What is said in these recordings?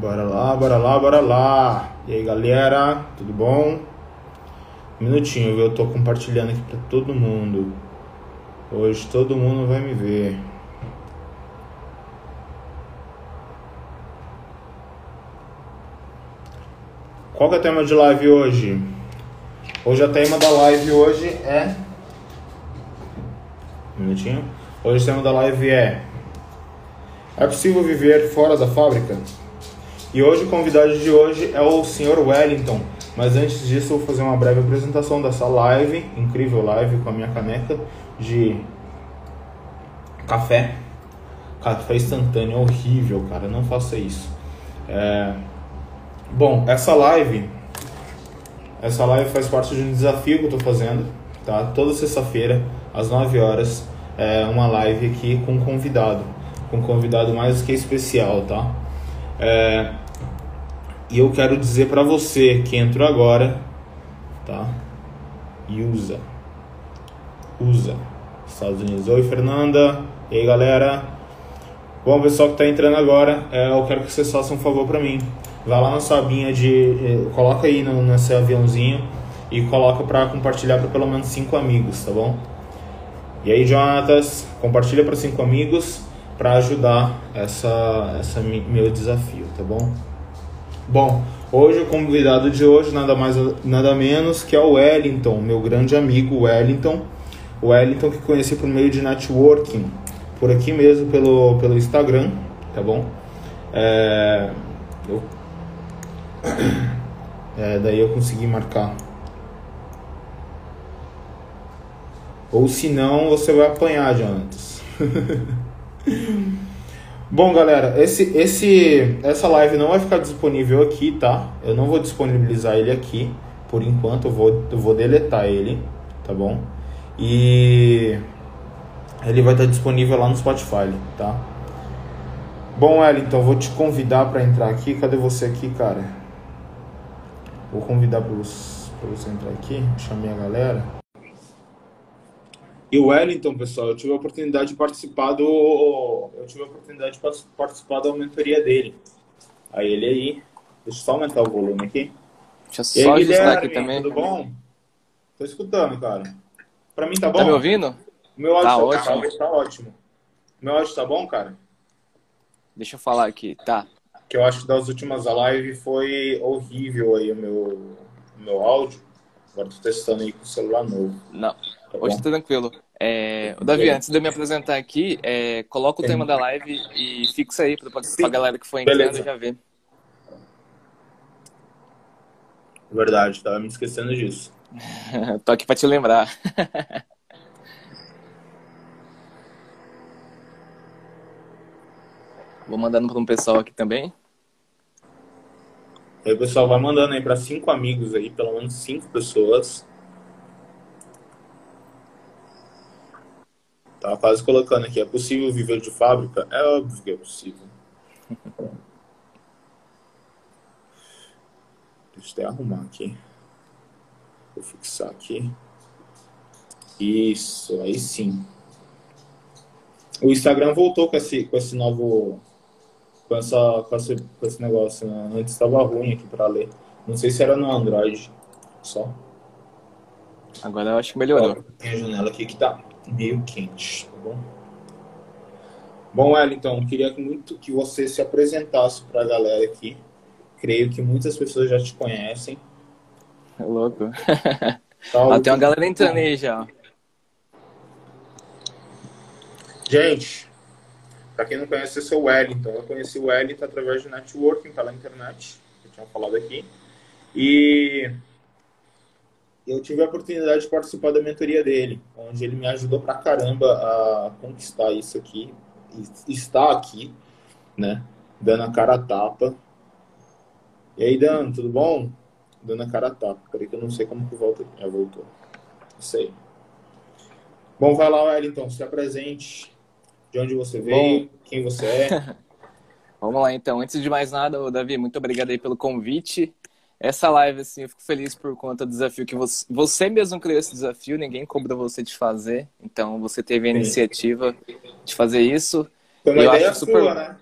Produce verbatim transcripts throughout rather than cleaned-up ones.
Bora lá, bora lá, bora lá. E aí, galera, tudo bom? Um minutinho, viu? Eu tô compartilhando aqui pra todo mundo. Hoje todo mundo vai me ver. Qual que é o tema de live hoje? Hoje o tema da live hoje é... Um minutinho. Hoje o tema da live é... É possível viver fora da fábrica? E hoje o convidado de hoje é o senhor Wellington. Mas antes disso eu vou fazer uma breve apresentação dessa live, incrível live com a minha caneca de café. Café instantâneo, horrível, cara, não faça isso. É... Bom, essa live, essa live faz parte de um desafio que eu tô fazendo, tá? Toda sexta-feira, às nove horas, é uma live aqui com um convidado, com um convidado mais do que especial, tá? É... E eu quero dizer pra você que entrou agora, tá? E usa. Usa. Estados Unidos. Oi, Fernanda. E aí, galera. Bom, pessoal que tá entrando agora, é, eu quero que vocês façam um favor pra mim. Vai lá na sua abinha de... Eh, coloca aí no, nesse aviãozinho e coloca pra compartilhar pra pelo menos cinco amigos, tá bom? E aí, Jonatas, compartilha pra cinco amigos pra ajudar essa, essa meu desafio, tá bom? Bom, hoje o convidado de hoje nada mais nada menos que é o Wellington, meu grande amigo Wellington. O Wellington que conheci por meio de networking, por aqui mesmo pelo, pelo Instagram, tá bom? É, eu, é, daí eu consegui marcar. Ou se não, você vai apanhar, Jonatas. Bom, galera, esse, esse, essa live não vai ficar disponível aqui, tá? Eu não vou disponibilizar ele aqui, por enquanto, eu vou, eu vou deletar ele, tá bom? E ele vai estar disponível lá no Spotify, tá? Bom, Wellington, vou te convidar para entrar aqui. Cadê você aqui, cara? Vou convidar para você, pra você entrar aqui, chamei a galera. E o Wellington, pessoal, eu tive a oportunidade de participar do... Eu tive a oportunidade de participar da mentoria dele. Aí ele aí... Deixa eu só aumentar o volume aqui. Deixa eu E só aí, ajustar aqui Guilherme, também. tudo bom? Tô escutando, cara. Pra mim tá bom? Tá me ouvindo? O meu Tá áudio tá, ótimo. tá, tá ótimo. O meu áudio tá bom, cara? Deixa eu falar aqui, tá. Que eu acho que das últimas lives foi horrível aí o meu, o meu áudio. Agora tô testando aí com o celular novo. Não, Tá hoje bom? tá tranquilo. É... ô, Davi, antes de eu me apresentar aqui, é... coloca o tema Sim. da live e fixa aí pra, pra Sim. galera que for entrando Beleza. já ver. Verdade, tava me esquecendo disso. Tô aqui pra te lembrar. Vou mandando para um pessoal aqui também. Aí o pessoal vai mandando aí para cinco amigos aí, pelo menos cinco pessoas. Tá quase colocando aqui, é possível viver de fábrica? É óbvio que é possível. Deixa eu até arrumar aqui. Vou fixar aqui. Isso, aí sim. O Instagram voltou com esse, com esse novo... Com, essa, com, esse, com esse negócio, né? Antes estava ruim aqui para ler. Não sei se era no Android só. Agora eu acho que melhorou. Tem a janela aqui que tá meio quente, tá bom? Bom, Wellington, queria muito que você se apresentasse para a galera aqui. Creio que muitas pessoas já te conhecem. É louco. Tá, Ó, tem uma galera entrando aí já. Gente, para quem não conhece, esse é o Wellington. Eu conheci o Wellington através de networking pela internet, que eu tinha falado aqui. E eu tive a oportunidade de participar da mentoria dele, onde ele me ajudou pra caramba a conquistar isso aqui. E está aqui, né? Dando a cara a tapa. E aí, Dan, tudo bom? Dando a cara a tapa. Peraí que eu não sei como que volta aqui. Já voltou. Isso aí. Bom, vai lá, Wellington. Se apresente. De onde você veio, Bom... quem você é. Vamos lá, então. Antes de mais nada, ô, Davi, muito obrigado aí pelo convite. Essa live, assim, eu fico feliz por conta do desafio que você... Você mesmo criou esse desafio, ninguém cobrou você de fazer. Então, você teve a Sim. iniciativa de fazer isso. Foi uma eu ideia acho super... sua, né?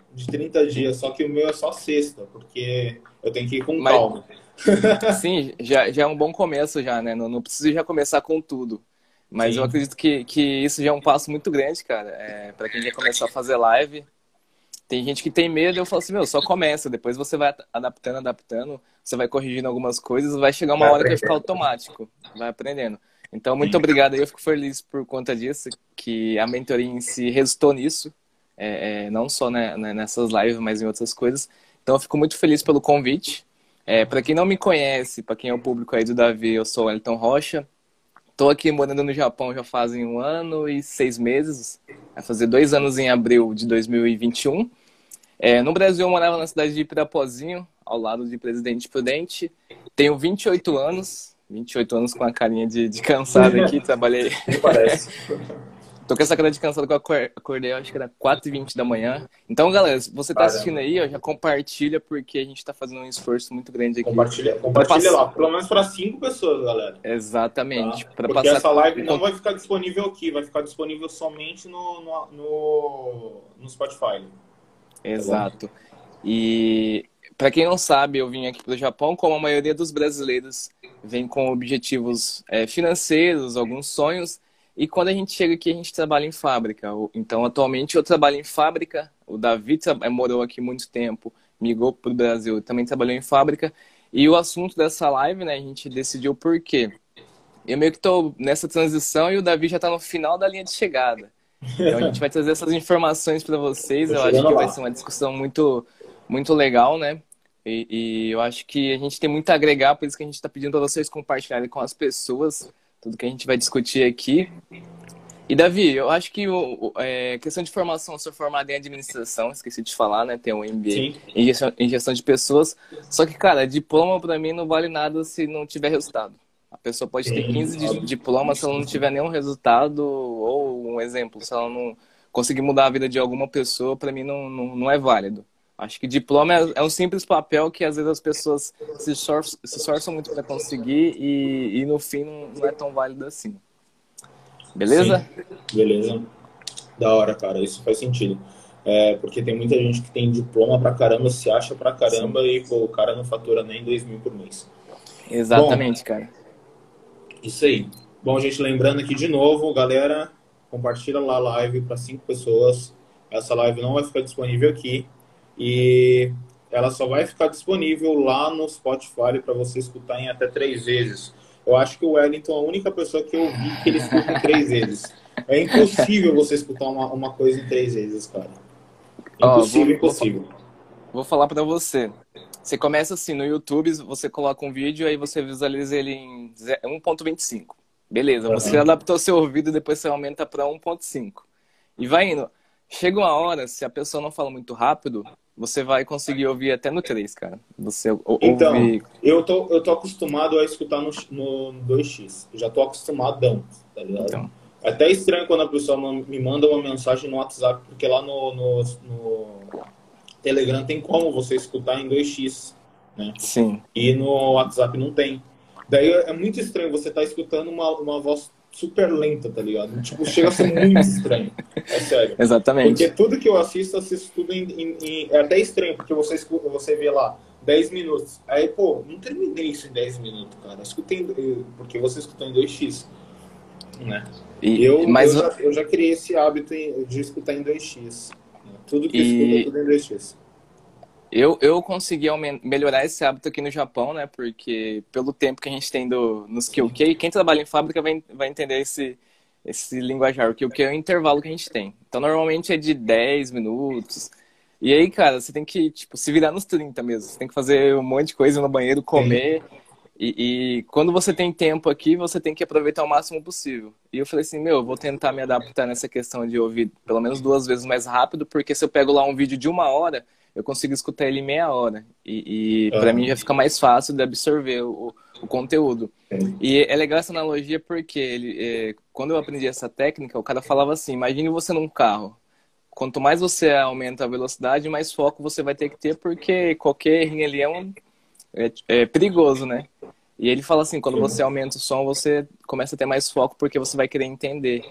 de trinta dias, só que o meu é só sexta, porque eu tenho que ir com Mas, calma. sim, já, já é um bom começo já, né? Não, não precisa já começar com tudo. Mas eu Sim, acredito que, que isso já é um passo muito grande, cara. É, para quem quer começar a fazer live, tem gente que tem medo, eu falo assim, meu, só começa, depois você vai adaptando, adaptando, você vai corrigindo algumas coisas, vai chegar uma vai hora que vai ficar aprender. automático, vai aprendendo. Então, muito Sim. obrigado aí, eu fico feliz por conta disso, que a mentoria em si resultou nisso, é, é, não só né, né, nessas lives, mas em outras coisas. Então, eu fico muito feliz pelo convite. É, para quem não me conhece, para quem é o público aí do Davi, eu sou o Wellington Rocha. Estou aqui morando no Japão já fazem um ano e seis meses, vai fazer dois anos em abril de dois mil e vinte e um. É, no Brasil, eu morava na cidade de Pirapozinho, ao lado de Presidente Prudente. Tenho vinte e oito anos, vinte e oito anos com a carinha de, de cansado aqui, trabalhei. Nem parece. Tô com essa cara de cansado que eu acor- acordei, acho que era quatro e vinte da manhã. Então, galera, se você tá assistindo Caramba. aí, ó, já compartilha, porque a gente tá fazendo um esforço muito grande aqui Compartilha, para compartilha passar. lá, pelo menos para cinco pessoas, galera. Tá? Exatamente, para Porque passar essa live o não con- vai ficar disponível aqui, vai ficar disponível somente no, no, no, no Spotify, tá bom? Exato. E para quem não sabe, eu vim aqui para o Japão, como a maioria dos brasileiros vem com objetivos é, financeiros, alguns sonhos, e quando a gente chega aqui, a gente trabalha em fábrica. O- Então, atualmente, eu trabalho em fábrica, o Davi tra- eh, morou aqui muito tempo, migrou para o Brasil, também trabalhou em fábrica, e o assunto dessa live, né, a gente decidiu por quê. Eu meio que estou nessa transição e o Davi já está no final da linha de chegada. Então a gente vai trazer essas informações para vocês. Tô Eu acho chegando que vai ser lá. uma discussão muito, muito legal, né? E, e eu acho que a gente tem muito a agregar, por isso que a gente está pedindo para vocês compartilharem com as pessoas tudo que a gente vai discutir aqui. E Davi, eu acho que o, o- é, questão de formação, eu sou formado em administração, esqueci de falar, né? Tem um M B Sim. A em gestão, em gestão de pessoas. Só que, cara, diploma para mim não vale nada se não tiver resultado. A pessoa pode ter Sim, quinze de- óbvio. diplomas, se ela não tiver nenhum resultado, ou um exemplo, se ela não conseguir mudar a vida de alguma pessoa, para mim não, não, não é válido. Acho que diploma é, é um simples papel que às vezes as pessoas se esforçam, se esforçam muito para conseguir e, e no fim não, não é tão válido assim. Sim, Beleza? beleza. Da hora, cara, isso faz sentido. É, porque tem muita gente que tem diploma pra caramba, se acha pra Sim. caramba e pô, o cara não fatura nem dois mil por mês. Bom, Exatamente, cara. isso aí. Bom, gente, lembrando aqui de novo, galera, compartilha lá a live para cinco pessoas. Essa live não vai ficar disponível aqui e ela só vai ficar disponível lá no Spotify para você escutar em até três vezes. Eu acho que o Wellington é a única pessoa que eu vi que ele escuta em três vezes. É impossível você escutar uma, uma coisa em três vezes, cara. Ó, Impossível, vou, vou, fa- impossível. vou falar pra você. Você começa assim, no YouTube, você coloca um vídeo, aí você visualiza ele em ze- um ponto vinte e cinco. Beleza, você Aham. adaptou seu ouvido, depois você aumenta para um ponto cinco. E vai indo. Chega uma hora, se a pessoa não fala muito rápido, você vai conseguir ouvir até no três, cara. Você ou- Então, ouve. eu tô, eu tô acostumado a escutar no, no dois x. Já tô acostumadão, tá ligado? Então, É até estranho quando a pessoa man- me manda uma mensagem no WhatsApp, porque lá no, no, no Telegram tem como você escutar em dois x, né? sim, E no WhatsApp não tem. Daí é muito estranho você estar escutando uma, uma voz super lenta, tá ligado? Tipo, chega a ser muito estranho. É sério. Porque exatamente. tudo que eu assisto, eu assisto tudo em, em- em- é até estranho, porque você, escuta, você vê lá dez minutos. Aí, pô, não terminei isso em dez minutos, cara. Eu escutei, em- porque você escutou em dois x, né? E, Eu, eu, mas, já, eu já criei esse hábito em- de escutar em dois x, né? Tudo que eu escuto é e tudo em dois x. Eu, eu consegui aumen- melhorar esse hábito aqui no Japão, né? Porque pelo tempo que a gente tem do, no Skill Sim, Key, quem trabalha em fábrica vai, vai entender esse, esse linguajar, o Skill Key é o intervalo que a gente tem. Então, normalmente é de dez minutos. E aí, cara, você tem que, tipo, se virar nos trinta mesmo. Você tem que fazer um monte de coisa no banheiro, sim. comer. E, e quando você tem tempo aqui, você tem que aproveitar o máximo possível. E eu falei assim, meu, eu vou tentar me adaptar nessa questão de ouvir pelo menos duas vezes mais rápido, porque se eu pego lá um vídeo de uma hora, eu consigo escutar ele em meia hora. E, e para mim Aham, já fica mais fácil de absorver o, o conteúdo. sim. E é legal essa analogia porque ele, é, quando eu aprendi essa técnica, o cara falava assim, imagine você num carro. Quanto mais você aumenta a velocidade, mais foco você vai ter que ter, porque qualquer errinho ali é, um, é, é perigoso, né? E ele fala assim, quando você Sim. aumenta o som, você começa a ter mais foco porque você vai querer entender.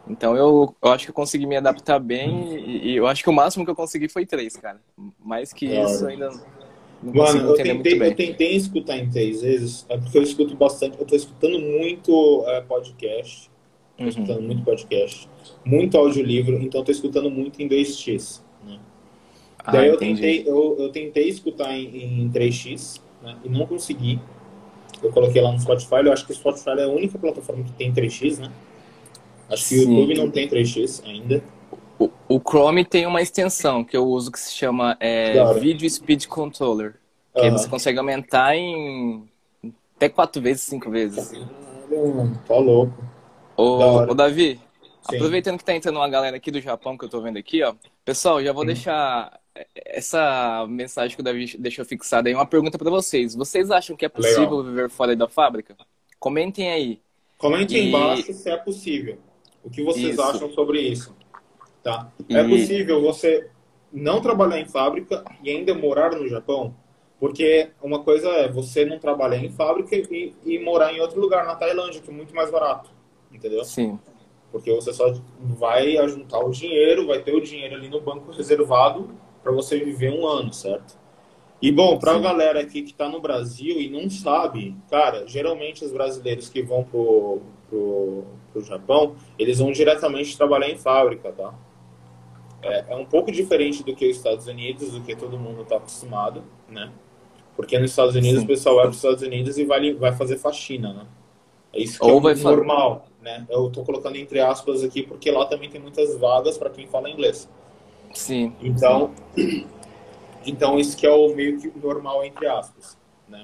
Então eu, eu acho que eu consegui me adaptar bem e, e eu acho que o máximo que eu consegui foi três, cara. Mais que isso, eu Claro. ainda não Mano, consigo eu entender muito tentei, eu bem. tentei escutar em três vezes, é porque eu escuto bastante, eu tô escutando muito é, podcast, tô Uhum. escutando muito podcast, muito audiolivro, então tô escutando muito em dois x, né? Ah, Daí eu entendi. tentei, eu, eu tentei escutar em, em três x, né, e não consegui. Eu coloquei lá no Spotify, eu acho que o Spotify é a única plataforma que tem três x, né? Acho que o Sim. YouTube não tem três x ainda. O, o Chrome tem uma extensão que eu uso que se chama Da é, hora. Video Speed Controller, que aí você Aham. consegue aumentar em até quatro vezes, cinco vezes. Caralho, mano, tá louco. Da Ô, ô hora. Davi, Sim. aproveitando que tá entrando uma galera aqui do Japão que eu tô vendo aqui, ó. Pessoal, já vou Sim. deixar essa mensagem que o Davi deixou fixada aí, uma pergunta para vocês. Vocês acham que é Legal. possível viver fora da fábrica? Comentem aí. Comente aí E embaixo se é possível. O que vocês isso. acham sobre isso, tá? É E possível você não trabalhar em fábrica e ainda morar no Japão? Porque uma coisa é você não trabalhar em fábrica e, e morar em outro lugar, na Tailândia, que é muito mais barato, entendeu? sim, Porque você só vai juntar o dinheiro, vai ter o dinheiro ali no banco reservado para você viver um ano, certo? E bom, para a sim. galera aqui que está no Brasil e não sabe, cara, geralmente os brasileiros que vão pro, pro, pro Japão, eles vão diretamente trabalhar em fábrica, tá? É, é um pouco diferente do que os Estados Unidos, do que todo mundo está acostumado, né? Porque nos Estados Unidos o Sim. pessoal vai para os Estados Unidos e vai, vai fazer faxina, né? É isso que é Ou o vai fa... normal, né? Eu estou colocando entre aspas aqui porque lá também tem muitas vagas para quem fala inglês. Sim, sim. Então, então isso que é o meio que normal entre aspas, né?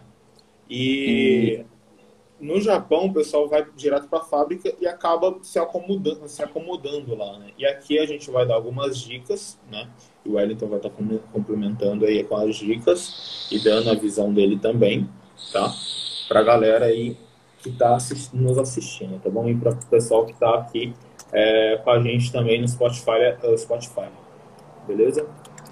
E E no Japão o pessoal vai direto para a fábrica e acaba se acomodando, se acomodando lá, né? E aqui a gente vai dar algumas dicas, né? E o Wellington vai estar complementando aí com as dicas e dando a visão dele também, tá? Para a galera aí que está assist... nos assistindo, tá bom? E para o pessoal que está aqui é, com a gente também no Spotify, uh, Spotify, beleza?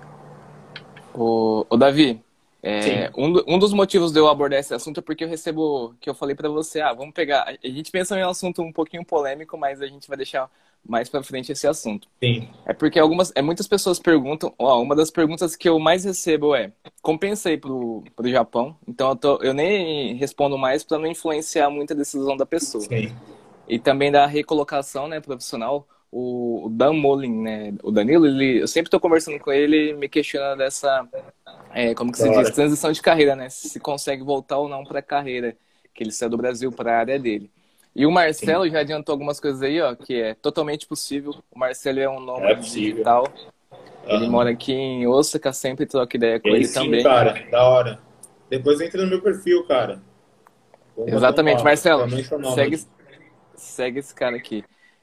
o, o Davi, é, Sim, um, do- um dos motivos de eu abordar esse assunto é porque eu recebo, que eu falei pra você, ah, vamos pegar, a gente pensa em um assunto um pouquinho polêmico, mas a gente vai deixar mais pra frente esse assunto. sim, É porque algumas, é, muitas pessoas perguntam, ó, uma das perguntas que eu mais recebo é, compensei pro, pro Japão, então eu, tô, eu nem respondo mais pra não influenciar muito a decisão da pessoa. sim, E também da recolocação, né, profissional, o, o Dan Molin, né, o Danilo, ele, eu sempre estou conversando com ele, me questionando dessa, é, como que da se diz, hora. transição de carreira, né, se consegue voltar ou não para a carreira, que ele saiu do Brasil para a área dele. E o Sim, Marcelo já adiantou algumas coisas aí, ó, que é totalmente possível. O Marcelo é um é nômade possível. digital, ele mora Aham. aqui em Osaka, sempre troco ideia E com aí ele sim, também. cara, da hora. Depois entra no meu perfil, cara. Vamos bater um Exatamente, papo. Marcelo, Também sou segue, nômade. segue esse cara aqui.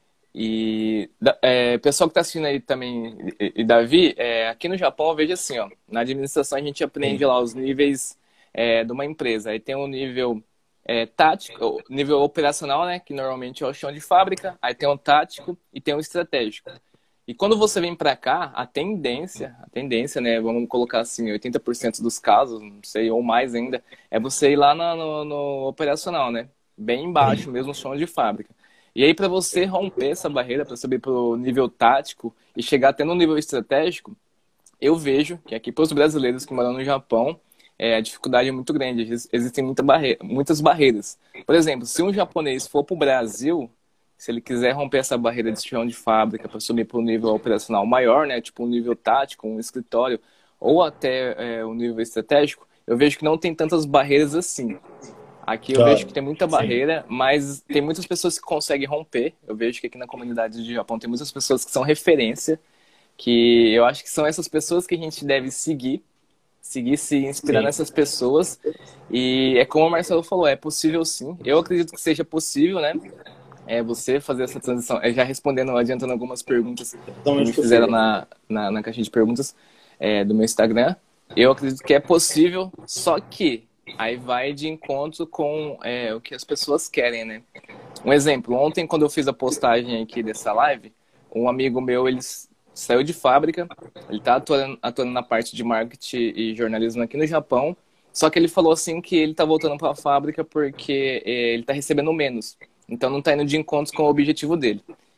E da- é, pessoal que está assistindo aí também, e, e Davi, é, aqui no Japão eu vejo assim, ó, na administração a gente aprende Sim, lá os níveis é, de uma empresa. Aí tem o nível é, tático, o nível operacional, né, que normalmente é o chão de fábrica. Aí tem o tático e tem o estratégico. E quando você vem para cá, a tendência, a tendência, né, vamos colocar assim, oitenta por cento dos casos, não sei, ou mais ainda, é você ir lá no, no, no operacional, né, bem embaixo, sim, mesmo chão de fábrica. E aí, para você romper essa barreira, para subir para o nível tático e chegar até no nível estratégico, eu vejo que aqui para os brasileiros que moram no Japão, é, a dificuldade é muito grande. Ex- Existem muita barre muitas barreiras. Por exemplo, se um japonês for para o Brasil, se ele quiser romper essa barreira de chão de fábrica para subir para um nível operacional maior, né, tipo um nível tático, um escritório, ou até é, um nível estratégico, eu vejo que não tem tantas barreiras assim. Aqui eu da vejo hora. que tem muita Sim, barreira, mas tem muitas pessoas que conseguem romper. Eu vejo que aqui na comunidade de Japão tem muitas pessoas que são referência, que eu acho que são essas pessoas que a gente deve seguir, seguir se inspirar sim, nessas pessoas. E é como o Marcelo falou, é possível sim. Eu acredito que seja possível, né? É você fazer essa transição. É, já respondendo, adiantando algumas perguntas é que me totalmente fizeram possível. na, na, na caixinha de perguntas é, do meu Instagram. Eu acredito que é possível, só que aí vai de encontro com é, o que as pessoas querem, né? Um exemplo, ontem quando eu fiz a postagem aqui dessa live, um amigo meu, ele s- saiu de fábrica, ele está atuando, atuando na parte de marketing e jornalismo aqui no Japão, só que ele falou assim que ele está voltando para a fábrica porque eh, ele está recebendo menos, então não está indo de encontro com o objetivo dele.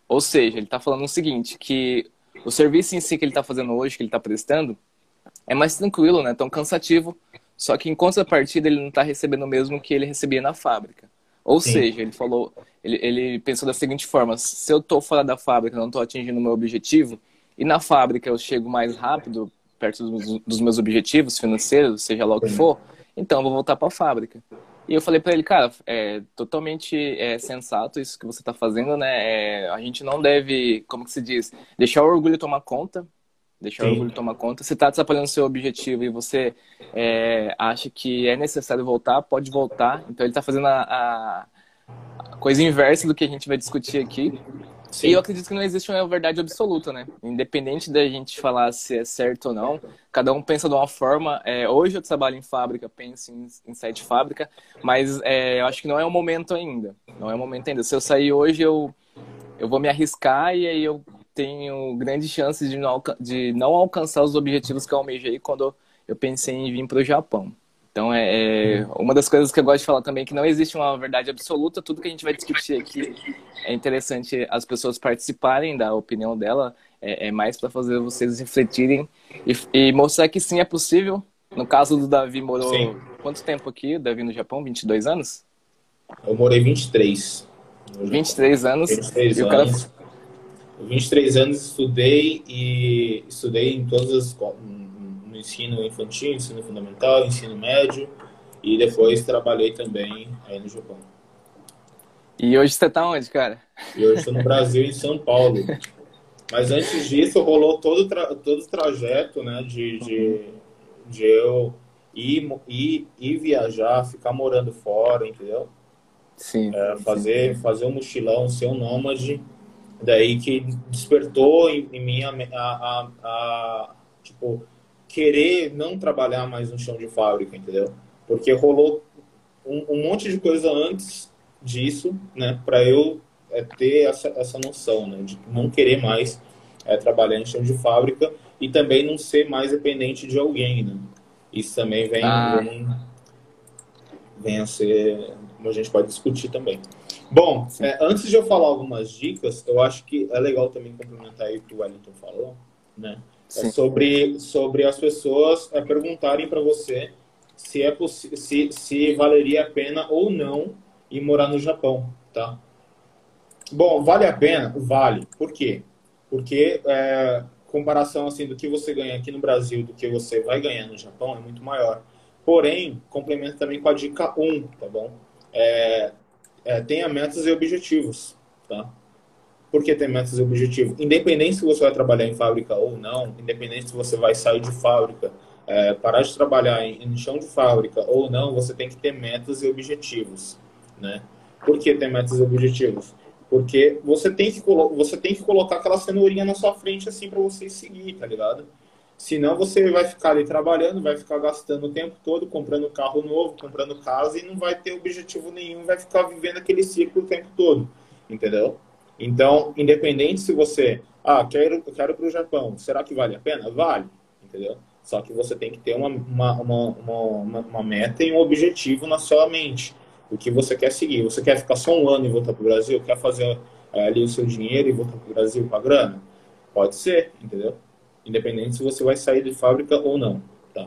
Ou seja, ele está falando o seguinte, que o serviço em si que ele está fazendo hoje, que ele está prestando, é mais tranquilo, né? Tão cansativo, só que em contrapartida ele não está recebendo o mesmo que ele recebia na fábrica. Ou Sim, seja, ele falou, ele, ele pensou da seguinte forma, se eu estou fora da fábrica, não estou atingindo o meu objetivo, e na fábrica eu chego mais rápido, perto dos, dos meus objetivos financeiros, seja lá o que sim, for, então eu vou voltar para a fábrica. E eu falei para ele, cara, é totalmente é, sensato isso que você está fazendo, né? É, a gente não deve, como que se diz, deixar o orgulho tomar conta, deixar o sim. orgulho tomar conta. Se está atrapalhando o seu objetivo e você é, acha que é necessário voltar, pode voltar. Então ele está fazendo a, a coisa inversa do que a gente vai discutir aqui. E eu Sim. acredito que não existe uma verdade absoluta, né? Independente da gente falar se é certo ou não, cada um pensa de uma forma. É, hoje eu trabalho em fábrica, penso em, em sair de fábrica, mas é, eu acho que não é o momento ainda. Não é o momento ainda. Se eu sair hoje, eu, eu vou me arriscar e aí eu tenho grandes chances de não, alca- de não alcançar os objetivos que eu almejei quando eu pensei em vir para o Japão. Então, é, é uma das coisas que eu gosto de falar também é que não existe uma verdade absoluta. Tudo que a gente vai discutir aqui é interessante as pessoas participarem da opinião dela. É, é mais para fazer vocês refletirem e, e mostrar que sim, é possível. No caso do Davi, morou Sim. quanto tempo aqui? Davi no Japão? vinte e dois anos? Eu morei vinte e três no vinte e Japão. três anos. vinte e três E o cara. anos. Com vinte e três anos estudei e estudei em todas as escolas, no ensino infantil, ensino fundamental, ensino médio e depois trabalhei também aí no Japão. E hoje você tá onde, cara? E hoje estou no Brasil, em São Paulo. Mas antes disso rolou todo, o tra todo o trajeto, né, de, Uhum. de, de eu ir, ir, ir viajar, ficar morando fora, entendeu? Sim, É, sim. fazer, fazer um mochilão, ser um nômade. Daí que despertou em, em mim a, a, a, a, tipo, querer não trabalhar mais no chão de fábrica, entendeu? Porque rolou um, um monte de coisa antes disso, né, para eu é, ter essa, essa noção, né, de não querer mais é, trabalhar em chão de fábrica e também não ser mais dependente de alguém, né? Isso também vem, Ah, vem, vem a ser, como a gente pode discutir também. Bom, sim, é, antes de eu falar algumas dicas, eu acho que é legal também complementar aí o que o Wellington falou, né? É sim. sobre, sobre as pessoas é, perguntarem para você se, é se, se valeria a pena ou não ir morar no Japão, tá? Bom, vale a pena? Vale. Por quê? Porque é, comparação assim do que você ganha aqui no Brasil do que você vai ganhar no Japão é muito maior. Porém, complementa também com a dica um, tá bom? É, é, tenha metas e objetivos, tá? Por que ter metas e objetivos? Independente se você vai trabalhar em fábrica ou não, independente se você vai sair de fábrica, é, parar de trabalhar em, em chão de fábrica ou não, você tem que ter metas e objetivos, né? Por que ter metas e objetivos? Porque você tem que, você tem que colocar aquela cenourinha na sua frente assim para você seguir, tá ligado? Senão você vai ficar ali trabalhando, vai ficar gastando o tempo todo, comprando carro novo, comprando casa e não vai ter objetivo nenhum, vai ficar vivendo aquele ciclo o tempo todo, entendeu? Então, independente se você, ah, quero, quero para o Japão, será que vale a pena? Vale, entendeu? Só que você tem que ter uma, uma, uma, uma, uma meta e um objetivo na sua mente. O que você quer seguir? Você quer ficar só um ano e voltar para o Brasil? Quer fazer é, ali o seu dinheiro e voltar para o Brasil com a grana? Pode ser, entendeu? Independente se você vai sair de fábrica ou não, tá?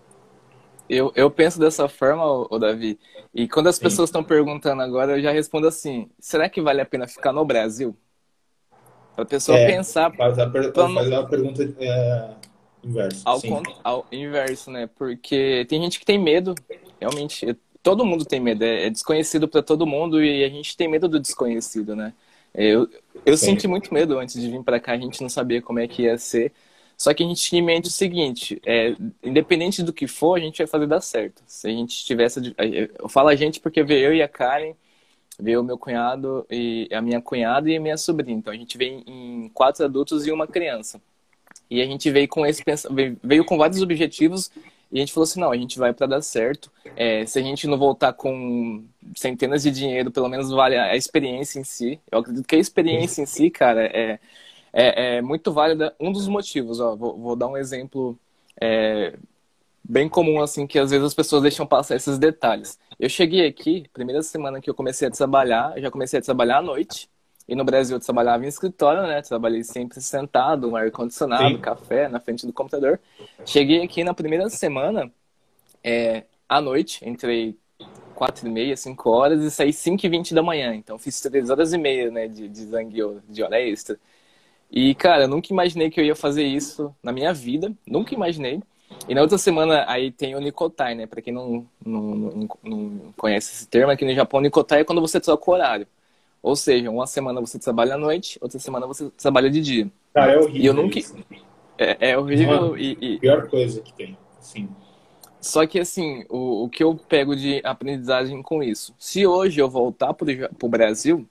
Eu, eu penso dessa forma, ô, ô Davi. E quando as Sim. pessoas estão perguntando agora, eu já respondo assim: será que vale a pena ficar no Brasil? Para a pessoa É, pensar faz a, per, pra não, faz a pergunta é, inversa, ao, sim. con- ao inverso, né? Porque tem gente que tem medo, realmente. Todo mundo tem medo, é, é desconhecido para todo mundo e a gente tem medo do desconhecido, né? Eu, eu Sim, senti muito medo antes de vir para cá, a gente não sabia como é que ia ser. Só que a gente tinha em mente o seguinte, é, independente do que for, a gente vai fazer dar certo. Se a gente tivesse... Eu falo a gente porque veio eu e a Karen, veio o meu cunhado, e a minha cunhada e a minha sobrinha. Então a gente veio em quatro adultos e uma criança. E a gente veio com esse veio, veio com vários objetivos e a gente falou assim, não, a gente vai para dar certo. É, se a gente não voltar com centenas de dinheiro, pelo menos vale a experiência em si. Eu acredito que a experiência em si, cara, é, é, é muito válida. Um dos motivos, ó, vou, vou dar um exemplo é, bem comum, assim, que às vezes as pessoas deixam passar esses detalhes. Eu cheguei aqui, primeira semana que eu comecei a trabalhar, eu já comecei a trabalhar à noite. E no Brasil eu trabalhava em escritório, né? Trabalhei sempre sentado, um ar-condicionado, Sim. café na frente do computador. Cheguei aqui na primeira semana, é, à noite, entrei quatro e meia, cinco horas e saí cinco e vinte da manhã. Então fiz três horas e meia, né, de, de zangueio, de hora extra. E, cara, eu nunca imaginei que eu ia fazer isso na minha vida. Nunca imaginei. E na outra semana, aí tem o Nikotai, né? Pra quem não, não, não, não conhece esse termo, aqui no Japão, Nikotai é quando você troca o horário. Ou seja, uma semana você trabalha à noite, outra semana você trabalha de dia. Cara, é E eu horrível nunca... isso. É, é horrível Mano, e, e... pior coisa que tem. Sim. Só que, assim, o, o que eu pego de aprendizagem com isso? Se hoje eu voltar pro, Ja- pro Brasil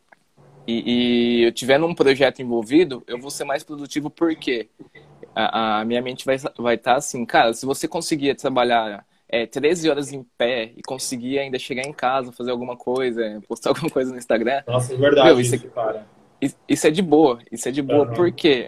e, e eu tiver num projeto envolvido, eu vou ser mais produtivo porque a, a minha mente vai vai estar assim, cara, se você conseguir trabalhar é, treze horas em pé e conseguir ainda chegar em casa, fazer alguma coisa, é, postar alguma coisa no Instagram, Nossa, é meu, verdade isso é, isso, cara. isso é de boa. Isso é de boa Aham. porque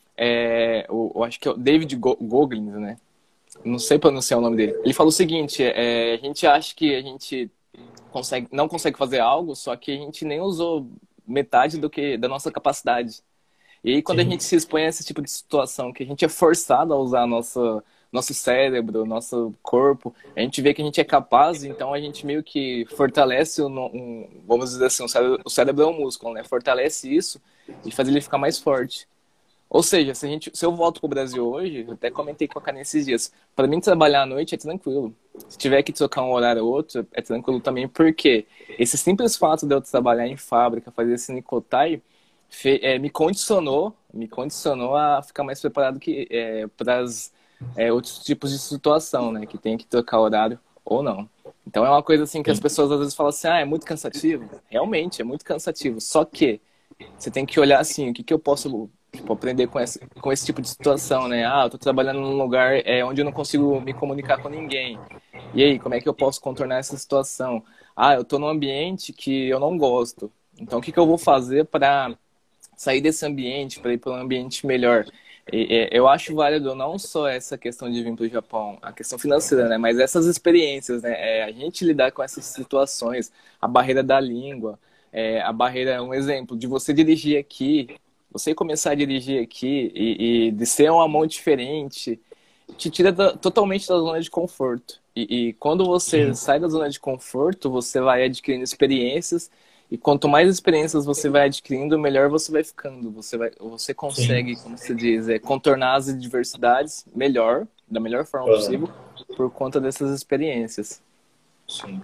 é, o, eu acho que é o David Go- Goggins, né? Não sei pronunciar o nome dele. Ele falou o seguinte, é, a gente acha que a gente consegue, não consegue fazer algo, só que a gente nem usou metade do que da nossa capacidade. E aí, quando a Sim. gente se expõe a esse tipo de situação, que a gente é forçado a usar nosso, nosso cérebro, nosso corpo, a gente vê que a gente é capaz, então a gente meio que fortalece, o, no- um, vamos dizer assim, o cérebro, o cérebro é um músculo, né? Fortalece isso e faz ele ficar mais forte. Ou seja, se, a gente, se eu volto pro Brasil hoje, eu até comentei com a Karen esses dias, para mim trabalhar à noite é tranquilo. Se tiver que trocar um horário ou outro, é tranquilo também, porque esse simples fato de eu trabalhar em fábrica, fazer esse Nicotai, fe- é, me condicionou, me condicionou a ficar mais preparado que é, para é, outros tipos de situação, né? Que tem que trocar horário ou não. Então é uma coisa assim que as Sim. pessoas às vezes falam assim, ah, é muito cansativo. Realmente, é muito cansativo. Só que você tem que olhar assim, o que, que eu posso tipo, aprender com esse, com esse tipo de situação, né? Ah, eu tô trabalhando num lugar é, onde eu não consigo me comunicar com ninguém. E aí, como é que eu posso contornar essa situação? Ah, eu tô num ambiente que eu não gosto. Então, o que, que eu vou fazer para sair desse ambiente, para ir para um ambiente melhor? E, é, eu acho válido não só essa questão de vir para o Japão, a questão financeira, né? Mas essas experiências, né? É, a gente lidar com essas situações, a barreira da língua, é, a barreira, um exemplo, de você dirigir aqui, você começar a dirigir aqui e, e de ser uma mão diferente, te tira da- totalmente da zona de conforto. E, e quando você Sim. sai da zona de conforto, você vai adquirindo experiências, e quanto mais experiências você vai adquirindo, melhor você vai ficando. Você vai, você Sim. consegue, como se diz, é, contornar as adversidades melhor, da melhor forma Aham. possível, por conta dessas experiências. Sim.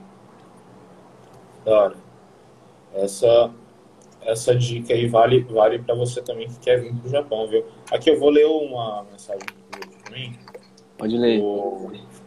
Da hora. Essa, essa dica aí vale, vale para você também que quer vir pro Japão, viu? Aqui eu vou ler uma mensagem do grupo também, Pode ler. do,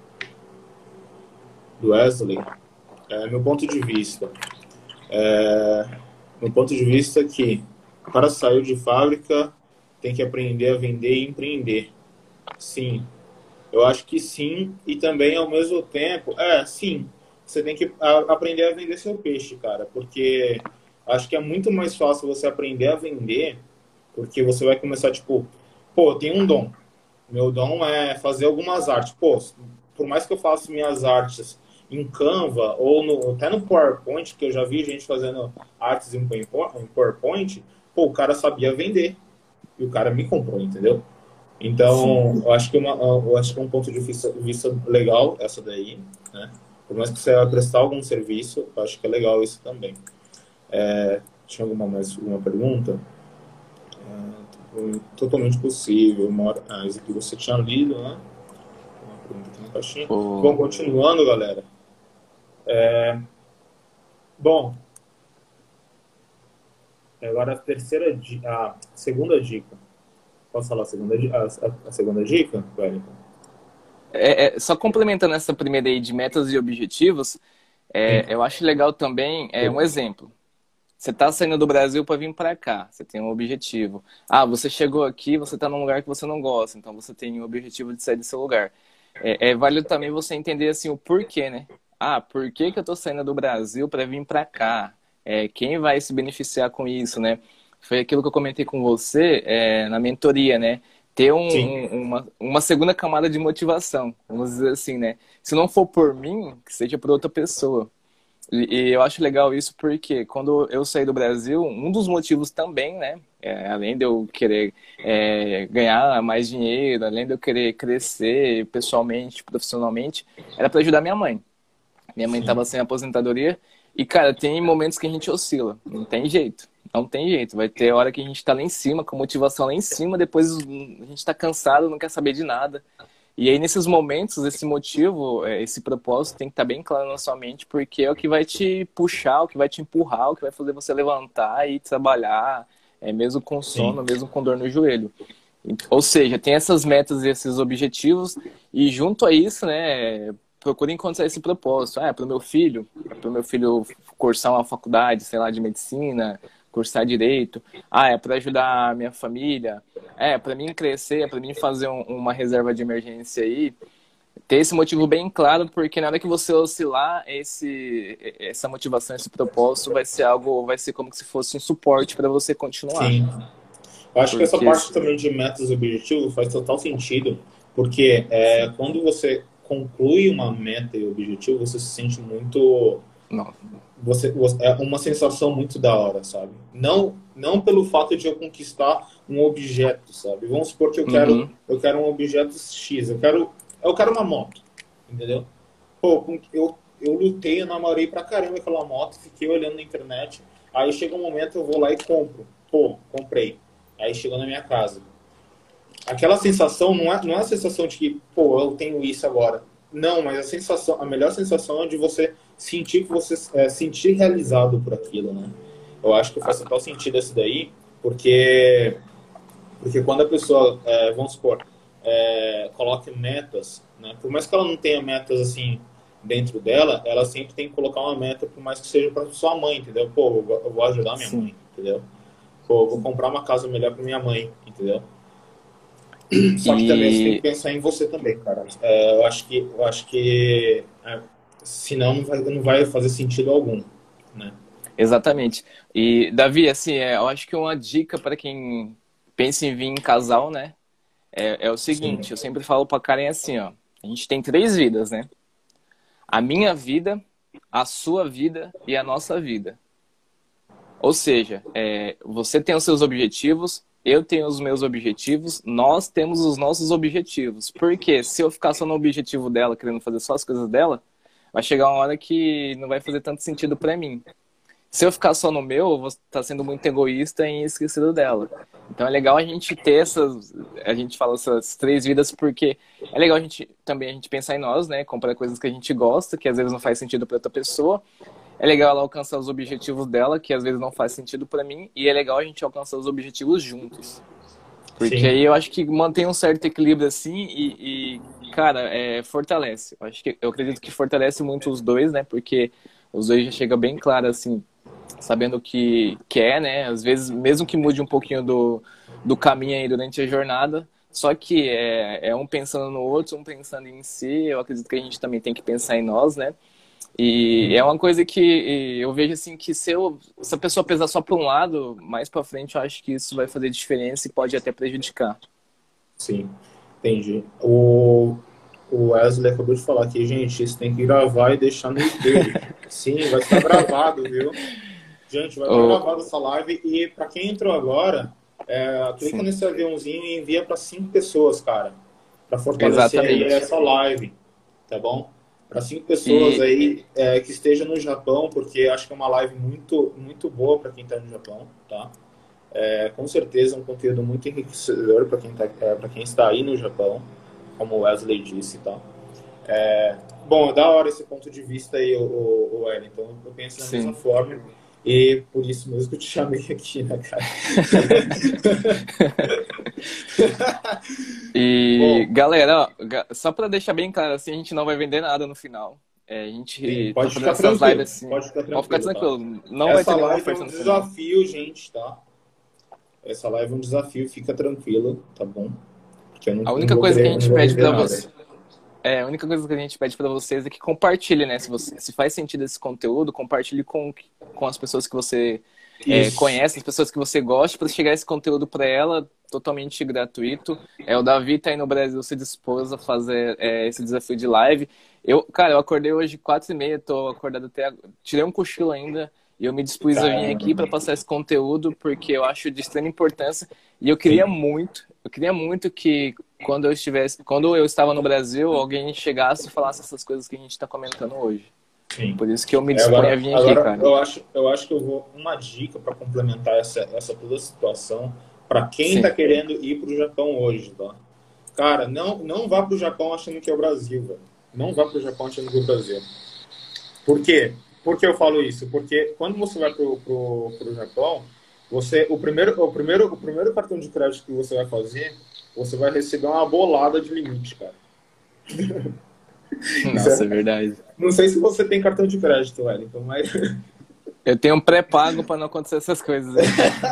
do Wesley. É, meu ponto de vista. É, meu ponto de vista é que para sair de fábrica tem que aprender a vender e empreender. Sim, eu acho que sim, e também ao mesmo tempo, é, sim, você tem que a- aprender a vender seu peixe, cara, porque acho que é muito mais fácil você aprender a vender, porque você vai começar, tipo, pô, eu tenho um dom. Meu dom é fazer algumas artes. Pô, por mais que eu faça minhas artes em Canva ou no, até no PowerPoint, que eu já vi gente fazendo artes em em PowerPoint, pô, o cara sabia vender e o cara me comprou, entendeu? Sim. Então, eu acho que, uma, eu acho que é um ponto de vista, vista legal essa daí, né? Por mais que você vai prestar algum serviço, eu acho que é legal isso também. É, tinha alguma mais uma pergunta? É, totalmente possível. Mora, ah, isso aqui você tinha lido, né? Uma pergunta aqui na caixinha. Bom, O... continuando, galera. Bom, agora a terceira, di- a segunda dica. Posso falar a segunda, di- a, a, a segunda dica, Wellington? É, é, só complementando essa primeira aí de metas e objetivos, Sim. é, eu acho legal também é, um exemplo. Você está saindo do Brasil para vir para cá, você tem um objetivo. Ah, você chegou aqui, você está num lugar que você não gosta, então você tem o objetivo de sair do seu lugar. É, é válido também você entender assim o porquê, né? Ah, por que que eu estou saindo do Brasil para vir para cá? É, quem vai se beneficiar com isso, né? Foi aquilo que eu comentei com você é, na mentoria, né? Ter um- Sim. um- uma, uma segunda camada de motivação, vamos dizer assim, né? Se não for por mim, que seja por outra pessoa. E, e eu acho legal isso porque quando eu saí do Brasil, um dos motivos também, né? É, além de eu querer é, ganhar mais dinheiro, além de eu querer crescer pessoalmente, profissionalmente, era para ajudar minha mãe. Minha mãe Sim, estava sem aposentadoria e, cara, tem momentos que a gente oscila. Não tem jeito. Não tem jeito. Vai ter hora que a gente tá lá em cima, com motivação lá em cima, depois a gente tá cansado, não quer saber de nada. E aí, nesses momentos, esse motivo, é, esse propósito tem que estar bem claro na sua mente, porque é o que vai te puxar, o que vai te empurrar, o que vai fazer você levantar e trabalhar, é, mesmo com sim, sono, mesmo com dor no joelho. Ou seja, tem essas metas e esses objetivos, e junto a isso, né, procure encontrar esse propósito. Ah, é para o meu filho, é para o meu filho cursar uma faculdade, sei lá, de medicina, cursar direito. Ah, é para ajudar a minha família. É, para mim crescer, é para mim fazer um, uma reserva de emergência aí. Ter esse motivo bem claro, porque na hora que você oscilar, esse, essa motivação, esse propósito vai ser algo, vai ser como se fosse um suporte para você continuar. sim. Eu acho que essa Porque, parte também de metas e objetivos faz total sentido, porque é, quando você conclui uma meta e objetivo, você se sente muito. não, Você, você- é uma sensação muito da hora, sabe? Não, não pelo fato de eu conquistar um objeto, sabe? Vamos supor que eu quero, uhum, eu quero um objeto X, eu quero, eu quero uma moto, entendeu? Pô, com- eu, eu lutei, eu namorei pra caramba aquela moto, fiquei olhando na internet, aí chega um momento eu vou lá e compro. Pô, comprei. Aí chegou na minha casa. Aquela sensação não é, não é a sensação de que, pô, eu tenho isso agora. Não, mas a sensação, a melhor sensação é de você sentir que você é, sentir realizado por aquilo, né? Eu acho que faz total sentido esse daí, porque porque quando a pessoa, é, vamos supor, é, coloca metas, né? Por mais que ela não tenha metas assim dentro dela, ela sempre tem que colocar uma meta, por mais que seja para sua mãe, entendeu? Pô, eu vou eu vou ajudar minha sim. mãe, entendeu? Pô, eu vou comprar uma casa melhor para minha mãe, entendeu? Só que também você tem que E pensar em você também, cara. É, eu acho que, eu acho que é, senão não vai, não vai fazer sentido algum, né? exatamente. E Davi, assim, é, eu acho que uma dica para quem pensa em vir em casal, né, é, é o Sim, seguinte, eu sempre falo pra Karen assim, ó, a gente tem três vidas, né? A minha vida, a sua vida e a nossa vida. Ou seja, é, você tem os seus objetivos, eu tenho os meus objetivos, nós temos os nossos objetivos. Porque se eu ficar só no objetivo dela, querendo fazer só as coisas dela, vai chegar uma hora que não vai fazer tanto sentido pra mim. Se eu ficar só no meu, eu vou estar sendo muito egoísta e esquecido dela. Então é legal a gente ter essas, a gente fala essas três vidas porque é legal a gente também a gente pensar em nós, né, comprar coisas que a gente gosta, que às vezes não faz sentido para outra pessoa. É legal ela alcançar os objetivos dela, que às vezes não faz sentido para mim, e é legal a gente alcançar os objetivos juntos. Porque sim, aí eu acho que mantém um certo equilíbrio assim e, e cara, é, fortalece. Eu acho que eu acredito que fortalece muito os dois, né? Porque os dois já chegam bem claro assim, sabendo o que quer, né? Às vezes, mesmo que mude um pouquinho do, do caminho aí durante a jornada, só que é, é um pensando no outro, um pensando em si. Eu acredito que a gente também tem que pensar em nós, né? E é uma coisa que eu vejo assim que se, eu, se a pessoa pesar só para um lado, mais para frente eu acho que isso vai fazer diferença e pode até prejudicar. sim. Entendi. O, o Wesley acabou de falar aqui, gente, isso tem que gravar e deixar no YouTube. Sim, vai estar gravado, viu? Gente, vai estar Oh, gravado essa live e para quem entrou agora, é, clica sim, nesse aviãozinho e envia para cinco pessoas, cara, para fortalecer aí exatamente. essa live, tá bom? Para cinco pessoas E aí é, que estejam no Japão, porque acho que é uma live muito, muito boa para quem está no Japão, tá? É, com certeza um conteúdo muito enriquecedor para quem, tá, é, para quem está aí no Japão, como o Wesley disse, tá? É, bom, é da hora esse ponto de vista aí, o, o, o Wellington. Eu penso da mesma sim. forma e por isso mesmo que eu te chamei aqui, né, cara? E Bom, galera, ó, ga- só para deixar bem claro assim, a gente não vai vender nada no final. É, a sim, gente tá pode fazendo ficar essas lives tranquilo, assim. pode ficar Pode ficar tranquilo, tá? tranquilo, não vai ter Essa nenhuma live é oferta um no final. desafio, gente, tá? Essa live é um desafio, fica tranquilo, tá bom? Porque eu não, A não única vou coisa que a querer, eu não gente vou pede vender para nada. você, é, a única coisa que a gente pede para vocês é que compartilhe, né? Se você, se faz sentido esse conteúdo, compartilhe com, com as pessoas que você é, Isso, conhece, as pessoas que você gosta, para chegar esse conteúdo para ela, totalmente gratuito. É, o Davi tá aí no Brasil, se dispôs a fazer é, esse desafio de live. Eu, cara, eu acordei hoje quatro e meia, tô acordado até agora. Tirei um cochilo ainda e eu me dispus a vir aqui para passar esse conteúdo porque eu acho de extrema importância e eu queria Sim. muito, eu queria muito que quando eu estivesse, quando eu estava no Brasil, alguém chegasse e falasse essas coisas que a gente está comentando hoje. Sim. Por isso que eu me É, disponho a agora, vir aqui, agora cara. eu acho, eu acho que eu vou uma dica para complementar essa, essa toda a situação para quem está Sim. querendo ir para o Japão hoje, tá? Cara, não, não vá para o Japão achando que é o Brasil, velho. Não vá para o Japão achando que é o Brasil. Por quê? Por que eu falo isso? Porque quando você vai pro, pro, pro Japão, você, o, primeiro, o, primeiro, o primeiro cartão de crédito que você vai fazer, você vai receber uma bolada de limite, cara. Isso Nossa, é é, verdade. não sei se você tem cartão de crédito, Wellington, mas... Eu tenho um pré-pago para não acontecer essas coisas aí.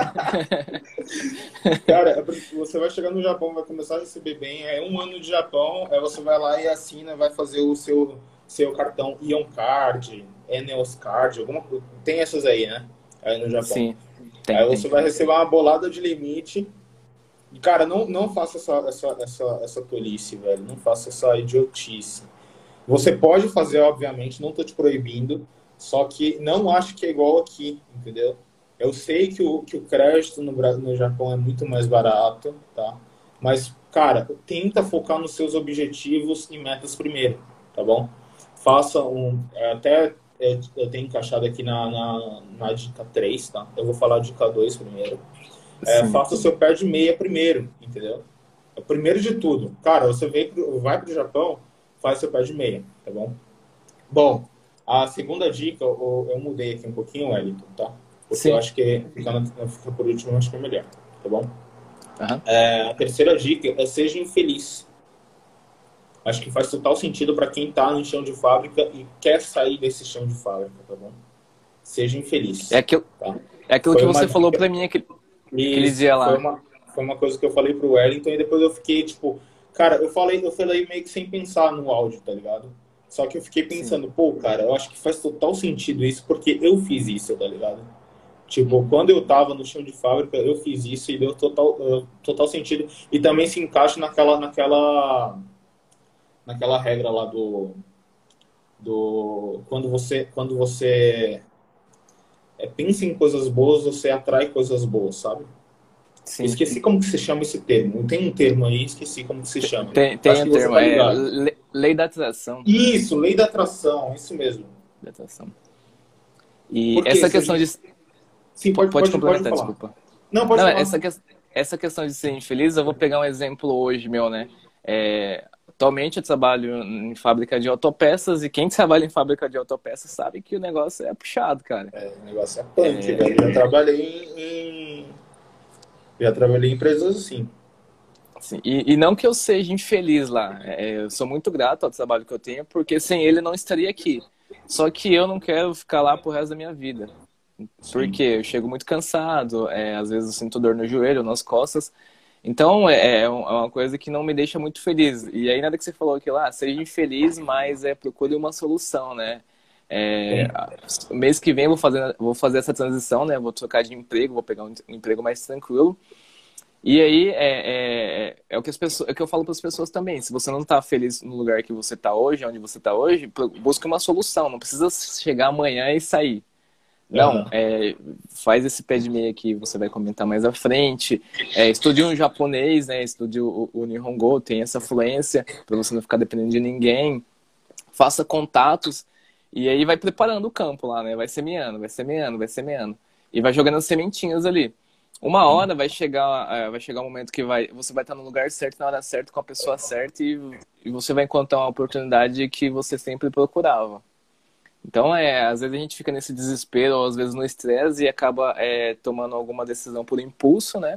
Cara, é porque você vai chegar no Japão, vai começar a receber bem, é um ano de Japão, aí você vai lá e assina, vai fazer o seu, seu cartão Ion Card, Eneos Card, alguma coisa. Tem essas aí, né? Aí no Japão. Sim, tem, Aí tem. você vai receber uma bolada de limite. E, cara, não, não faça essa, essa, essa, essa tolice, velho. Não faça essa idiotice. Você pode fazer, obviamente, não tô te proibindo, só que não acho que é igual aqui, entendeu? Eu sei que o, que o crédito no, Bra- no Japão é muito mais barato, tá? Mas, cara, tenta focar nos seus objetivos e metas primeiro, tá bom? Faça um... é, Até eu, eu tenho encaixado aqui na, na, na dica três, tá? Eu vou falar a dica dois primeiro. É, Sim. faça o seu pé de meia primeiro, entendeu? É o primeiro de tudo. Cara, você vem pro, vai pro Japão, faz seu pé de meia, tá bom? Bom, a segunda dica, eu, eu mudei aqui um pouquinho, Wellington, tá? Porque eu Sim. acho que ficando, ficar por último, eu acho que é melhor, tá bom? Aham. É, a terceira dica é seja infeliz. Acho que faz total sentido para quem tá no chão de fábrica e quer sair desse chão de fábrica, tá bom? Seja É infeliz, aquilo, tá? é aquilo que Foi uma você falou dica. pra mim aquele, aquele Isso, dia foi lá. uma, foi uma coisa que eu falei pro Wellington e depois eu fiquei, tipo, cara, eu falei, eu falei meio que sem pensar no áudio, tá ligado? Só que eu fiquei Sim. pensando, pô, cara, eu acho que faz total sentido isso, porque eu fiz isso, tá ligado? Tipo, Uhum. quando eu tava no chão de fábrica, eu fiz isso e deu total, uh, total sentido. E também se encaixa naquela, naquela, naquela regra lá do, do quando você, quando você é, pensa em coisas boas, você atrai coisas boas, sabe? Sim. Esqueci como que se chama esse termo. Tem um termo aí, esqueci como que se chama. Tem, tem Acho o que você termo, tá é ligado. le- lei da atração. Isso, lei da atração, isso mesmo. Da atração. E Porque essa se a questão de. gente... Sim, po- pode, Pode pode, pode complementar, falar. desculpa. Não, pode Não, falar. essa, que- essa questão de ser infeliz, eu vou pegar um exemplo hoje meu, né? É, atualmente eu trabalho em fábrica de autopeças e quem trabalha em fábrica de autopeças sabe que o negócio é puxado, cara. É, o negócio é punk, velho. Já trabalhei em... em- Já trabalhei em empresas assim. Assim, e, e não que eu seja infeliz lá, é, eu sou muito grato ao trabalho que eu tenho, porque sem ele eu não estaria aqui. Só que eu não quero ficar lá pro resto da minha vida. Sim. Porque eu chego muito cansado, é, às vezes eu sinto dor no joelho, nas costas. Então é, é um- é uma coisa que não me deixa muito feliz. E aí nada que você falou aqui lá, seja infeliz, mas é, procure uma solução, né? É, Sim. mês que vem eu vou fazer, vou fazer essa transição, né? Vou trocar de emprego, vou pegar um emprego mais tranquilo. E aí é, é, é o que as pessoas, é o que eu falo para as pessoas também. Se você não está feliz no lugar que você está hoje, onde você está hoje, pro- busque uma solução. Não precisa chegar amanhã e sair. Não, Aham. é, faz esse pé de meia que você vai comentar mais à frente. É, estude um japonês, né? Estude o, o Nihongo, tem essa fluência para você não ficar dependendo de ninguém. Faça contatos e aí vai preparando o campo lá, né? Vai semeando, vai semeando, vai semeando e vai jogando as sementinhas ali. Uma Sim. hora vai chegar, é, vai chegar um momento que vai, você vai estar no lugar certo, na hora certa, com a pessoa certa e, e você vai encontrar uma oportunidade que você sempre procurava. Então, é, às vezes a gente fica nesse desespero, ou às vezes no estresse e acaba é, tomando alguma decisão por impulso, né?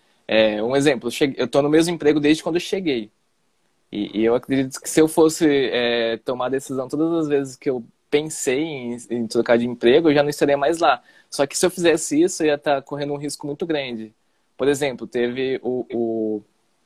É, um exemplo, eu, cheguei, eu tô no mesmo emprego desde quando eu cheguei. E, e eu acredito que se eu fosse é, tomar decisão todas as vezes que eu pensei em, em trocar de emprego, eu já não estaria mais lá. Só que se eu fizesse isso, eu ia estar correndo um risco muito grande. Por exemplo, teve o, o,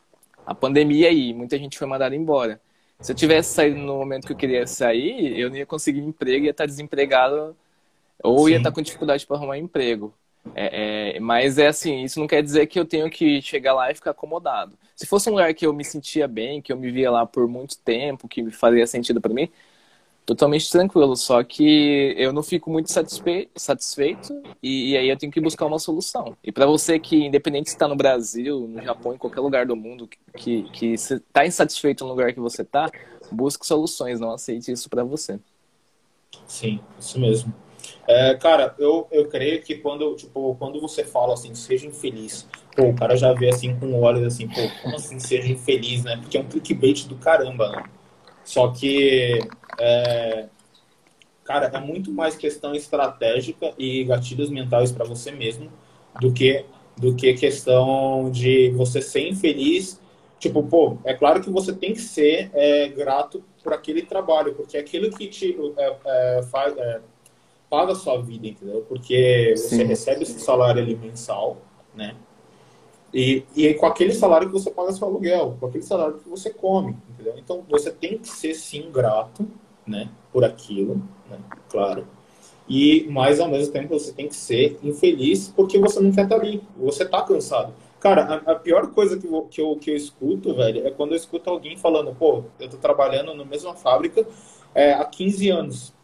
a pandemia aí, muita gente foi mandada embora. Se eu tivesse saído no momento que eu queria sair, eu não ia conseguir emprego, ia estar desempregado ou ia estar Sim. com dificuldade para arrumar emprego. É, é, mas é assim, isso não quer dizer que eu tenho que chegar lá e ficar acomodado. Se fosse um lugar que eu me sentia bem, que eu me via lá por muito tempo, que fazia sentido para mim, totalmente tranquilo. Só que eu não fico muito satisfeito, satisfeito e, e aí eu tenho que buscar uma solução. E para você que, independente se está no Brasil, no Japão, em qualquer lugar do mundo, que, que está insatisfeito no lugar que você está, busque soluções, não aceite isso para você. Sim, isso mesmo. É, cara, eu, eu creio que quando, tipo, quando você fala assim, seja infeliz, pô, o cara já vê assim com olhos assim, pô, como assim seja infeliz, né? Porque é um clickbait do caramba, né? Só que, é, cara, é muito mais questão estratégica e gatilhos mentais para você mesmo do que, do que questão de você ser infeliz. Tipo, pô, é claro que você tem que ser é, grato por aquele trabalho, porque é aquilo que te é, é, faz. É, paga a sua vida, entendeu? Porque você Sim. recebe esse salário ali mensal, né? E, e é com aquele salário que você paga seu aluguel, com aquele salário que você come, entendeu? Então você tem que ser sim grato, né, por aquilo, né? Claro. E mas ao mesmo tempo você tem que ser infeliz porque você não quer estar ali, você tá cansado. Cara, a, a pior coisa que eu, que, eu, que eu escuto, velho, é quando eu escuto alguém falando, pô, eu tô trabalhando na mesma fábrica é, há quinze anos,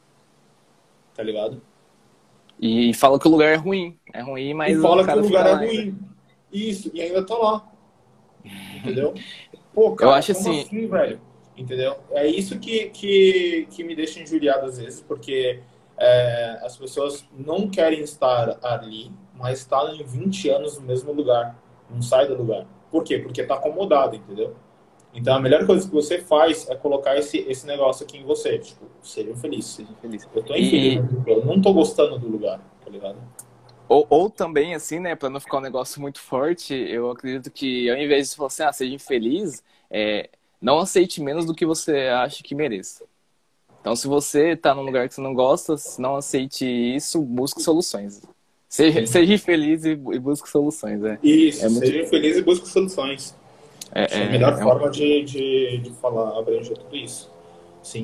tá ligado? E fala que o lugar é ruim. É ruim, E mas o fala que o cara fica lugar é lá ainda. ruim. Isso, e ainda tá lá, entendeu? Pô, Eu cara, acho como assim, assim, velho? Entendeu? É isso que, que, que me deixa injuriado às vezes, porque é, as pessoas não querem estar ali, mas estão em vinte anos no mesmo lugar, não sai do lugar. Por quê? Porque tá acomodado, entendeu? Então a melhor coisa que você faz é colocar esse, esse negócio aqui em você, tipo, seja feliz. seja feliz. Eu tô infeliz, E, eu não tô gostando do lugar, tá ligado? ou, ou também, assim, né, para não ficar um negócio muito forte, eu acredito que ao invés de falar assim, ah, seja infeliz, é, não aceite menos do que você acha que mereça. Então, se você tá num lugar que você não gosta, não aceite isso, busque soluções. Seja, Sim. seja feliz e, e busque soluções. É, Isso, é muito. seja feliz e busque soluções. Acho que é a É, melhor é, é um- forma de, de, de falar, abranger tudo isso. Sim.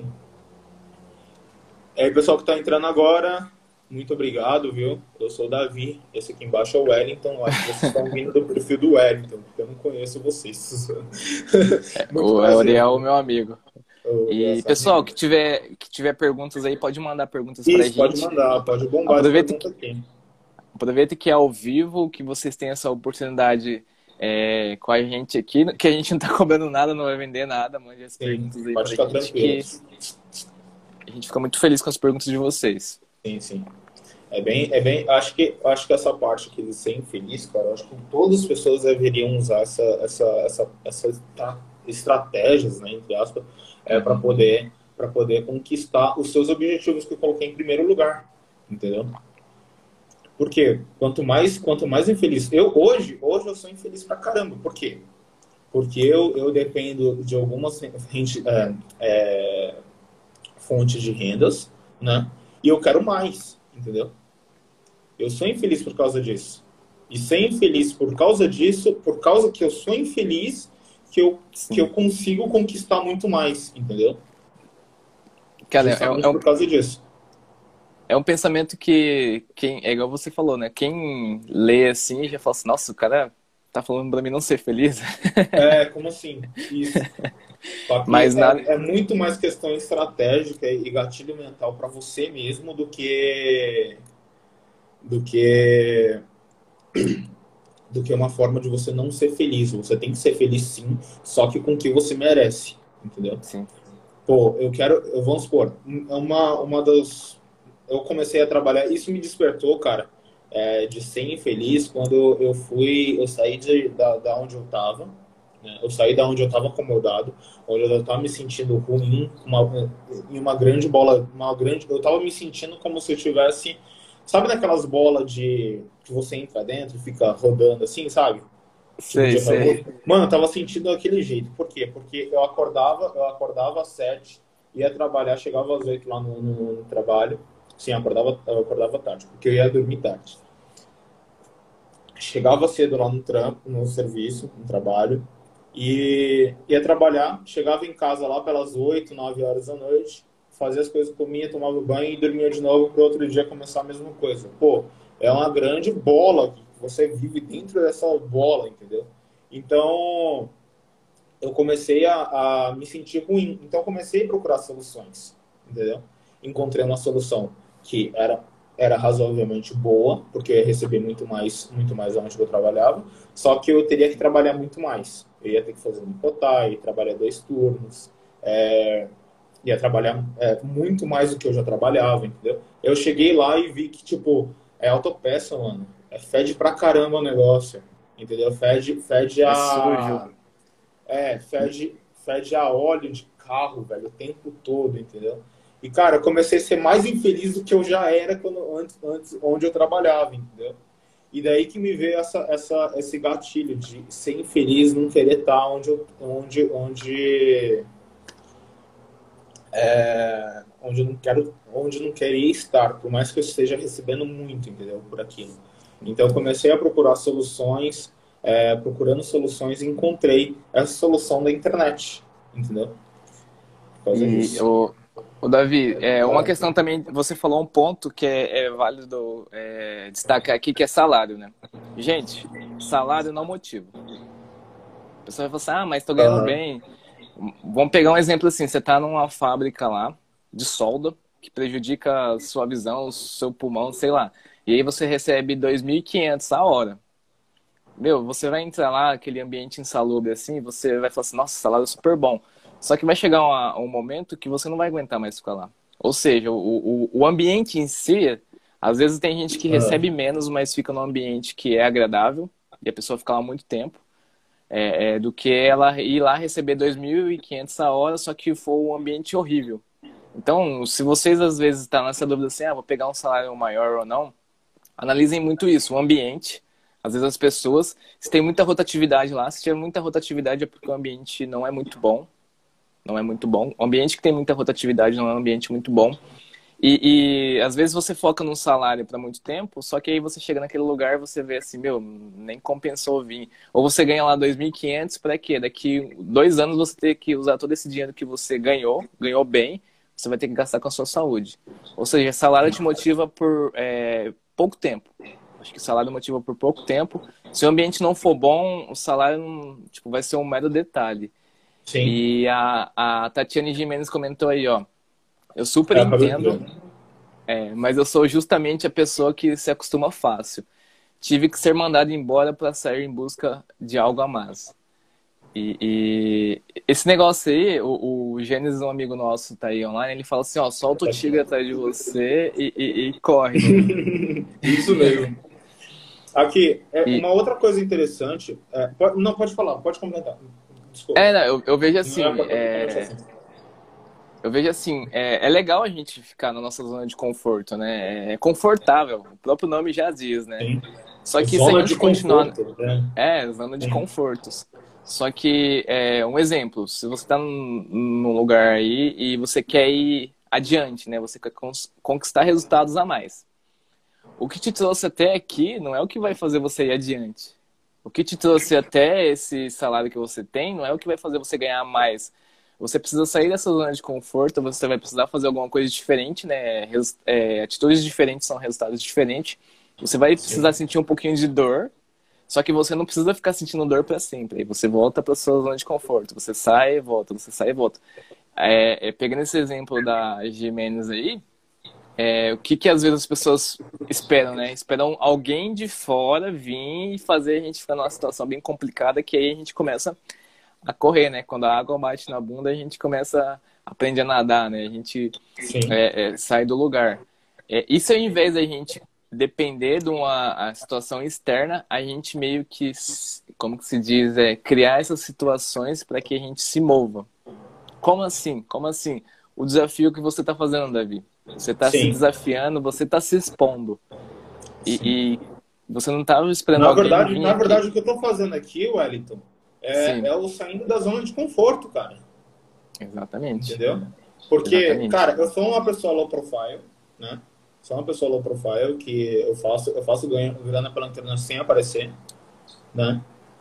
E aí, pessoal que está entrando agora, muito obrigado, viu? Eu sou o Davi, esse aqui embaixo é o Wellington. Eu acho que vocês estão vindo do perfil do Wellington, porque eu não conheço vocês. Muito o prazer, Ariel é o viu? meu amigo. Ô, E, engraçado. pessoal, que tiver, que tiver perguntas aí, pode mandar perguntas pra Isso, pode gente. mandar, pode bombar de Aproveita pergunta que, aqui. aproveita que é ao vivo, que vocês têm essa oportunidade é, com a gente aqui, que a gente não tá cobrando nada, não vai vender nada. Mande as Sim, perguntas aí pode pra ficar gente, tranquilo. que a gente fica muito feliz com as perguntas de vocês. Sim, sim. É bem, é bem, acho que, acho que essa parte aqui de ser infeliz, cara, acho que todas as pessoas deveriam usar essa, essa, essa, essa estra- estratégias, né, entre aspas, é, para Uhum. poder, para poder conquistar os seus objetivos que eu coloquei em primeiro lugar, entendeu? Porque quanto mais, quanto mais infeliz, eu hoje, hoje eu sou infeliz pra caramba. Por quê? Porque eu, eu dependo de algumas rende- é, é, fontes de rendas, né? E eu quero mais, entendeu? Eu sou infeliz por causa disso. E ser infeliz por causa disso, por causa que eu sou infeliz, que eu, que eu Sim. consigo conquistar muito mais, entendeu? Cara, é, é Justamente um, por causa disso. é um pensamento que, quem, é igual você falou, né? Quem lê assim já fala assim, nossa, o cara tá falando pra mim não ser feliz. É, como assim? Isso. Só que Mas nada. é, é muito mais questão estratégica e gatilho mental para você mesmo do que do que do que uma forma de você não ser feliz. Você tem que ser feliz sim, só que com o que você merece, entendeu? Sim. Pô, eu quero, eu vamos supor, uma uma das eu comecei a trabalhar, isso me despertou, cara, é, de ser infeliz quando eu fui, eu saí de, da, da onde eu tava, né? Eu saí da onde eu tava acomodado, onde eu tava me sentindo ruim, uma, em uma grande bola, uma grande, eu tava me sentindo como se eu tivesse, sabe naquelas bolas de que você entra dentro e fica rodando assim, sabe? Tipo Sei, de sei. Hollywood. Mano, eu tava sentindo daquele jeito. Por quê? Porque eu acordava, eu acordava às sete, ia trabalhar, chegava às oito lá no, no, no trabalho. Sim, eu acordava, eu acordava tarde, porque eu ia dormir tarde. Chegava cedo lá no trampo, no serviço, no trabalho, e ia trabalhar, chegava em casa lá pelas oito, nove horas da noite, fazia as coisas, comia, tomava banho e dormia de novo para outro dia começar a mesma coisa. Pô, é uma grande bola, que você vive dentro dessa bola, entendeu? Então, eu comecei a, a me sentir ruim. Então, eu comecei a procurar soluções, entendeu? Encontrei uma solução que era, era razoavelmente boa, porque eu ia receber muito mais, muito mais onde eu trabalhava, só que eu teria que trabalhar muito mais. Eu ia ter que fazer um cotai, trabalhar dois turnos, é, ia trabalhar é, muito mais do que eu já trabalhava, entendeu? Eu cheguei lá e vi que, tipo, é autopeça, mano. É, fede pra caramba o negócio, entendeu? Fede, fede É sujo. a... É, fede, fede a óleo de carro, velho, o tempo todo, entendeu? E, cara, eu comecei a ser mais infeliz do que eu já era quando, antes, antes, onde eu trabalhava, entendeu? E daí que me veio essa, essa, esse gatilho de ser infeliz, não querer estar onde, eu, onde, onde, é, onde eu não quero, onde eu não queria estar, por mais que eu esteja recebendo muito, entendeu? Por aquilo. Então, eu comecei a procurar soluções, é, procurando soluções e encontrei essa solução da internet, entendeu? Por causa E disso. o, o Davi, é uma questão também, você falou um ponto que é, é válido é, destacar aqui, que é salário, né? Gente, salário não motiva. A pessoa vai falar assim, ah, mas tô ganhando Aham. bem. Vamos pegar um exemplo assim, você tá numa fábrica lá de solda que prejudica a sua visão, o seu pulmão, sei lá. E aí você recebe dois mil e quinhentos a hora. Meu, você vai entrar lá, aquele ambiente insalubre assim, você vai falar assim, nossa, salário é super bom. Só que vai chegar uma- um momento que você não vai aguentar mais ficar lá. Ou seja, o, o, o ambiente em si, às vezes tem gente que recebe Aham. menos, mas fica num ambiente que é agradável, e a pessoa fica lá muito tempo, é, é, do que ela ir lá receber dois mil e quinhentos a hora, só que for um ambiente horrível. Então, se vocês às vezes estão nessa dúvida assim, ah, vou pegar um salário maior ou não, analisem muito isso, o ambiente. Às vezes as pessoas, se tem muita rotatividade lá, se tiver muita rotatividade é porque o ambiente não é muito bom. Não é muito bom. O ambiente que tem muita rotatividade não é um ambiente muito bom. E, e às vezes você foca num salário para muito tempo, só que aí você chega naquele lugar e você vê assim, meu, nem compensou vir. Ou você ganha lá dois mil e quinhentos para quê? Daqui dois anos você ter que usar todo esse dinheiro que você ganhou, ganhou bem, você vai ter que gastar com a sua saúde. Ou seja, salário te motiva por é, pouco tempo. Acho que o salário motiva por pouco tempo. Se o ambiente não for bom, o salário não, tipo, vai ser um mero detalhe. Sim, E a, a Tatiane Gimenez comentou aí, ó. Eu super eu acabei de ver. entendo, é, mas eu sou justamente a pessoa que se acostuma fácil. Tive que ser mandado embora para sair em busca de algo a mais. E, e esse negócio aí, o, o Gênesis, um amigo nosso, tá aí online, ele fala assim, ó, solta o tigre atrás de você e, e, e corre, né? Isso mesmo. Aqui, é, E, uma outra coisa interessante. É, pode- não, pode falar, pode comentar. Desculpa. é, não, eu, eu vejo Não é assim, para tocar nesse é, assunto. eu vejo assim, é, é legal a gente ficar na nossa zona de conforto, né? É confortável, o próprio nome já diz, né? Sim. Só que se a Zona de gente continuar. conforto, né? É, zona de Sim. confortos. Só que, é, um exemplo, se você está num, num lugar aí e você quer ir adiante, né? Você quer cons- conquistar resultados a mais. O que te trouxe até aqui não é o que vai fazer você ir adiante. O que te trouxe até esse salário que você tem não é o que vai fazer você ganhar mais. Você precisa sair dessa zona de conforto, você vai precisar fazer alguma coisa diferente, né? Res- é, atitudes diferentes são resultados diferentes. Você vai precisar Sim. sentir um pouquinho de dor, só que você não precisa ficar sentindo dor para sempre. Aí você volta para sua zona de conforto. Você sai e volta, você sai e volta. É, é, pegando esse exemplo da Jimenez aí, é, o que que às vezes as pessoas esperam, né? Esperam alguém de fora vir e fazer a gente ficar numa situação bem complicada, que aí a gente começa a correr, né? Quando a água bate na bunda, a gente começa a aprender a nadar, né? A gente Sim. é, é, sai do lugar. É, isso ao invés da gente depender de uma a situação externa, a gente meio que, como que se diz, é criar essas situações para que a gente se mova. Como assim? Como assim? O desafio que você está fazendo, Davi. Você está se Sim. desafiando, você está se expondo. E, Sim. e você não estava esperando Na alguém verdade, vir na aqui. verdade, o que eu tô fazendo aqui, Wellington, é, Sim, é o saindo da zona de conforto, cara. exatamente. Entendeu? Porque, Exatamente. cara, eu sou uma pessoa low profile, né? Sou uma pessoa low profile que eu faço, eu faço ganho, grana pela internet sem aparecer, né?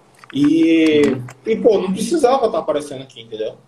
E, Uhum. e, pô, não precisava estar aparecendo aqui, entendeu?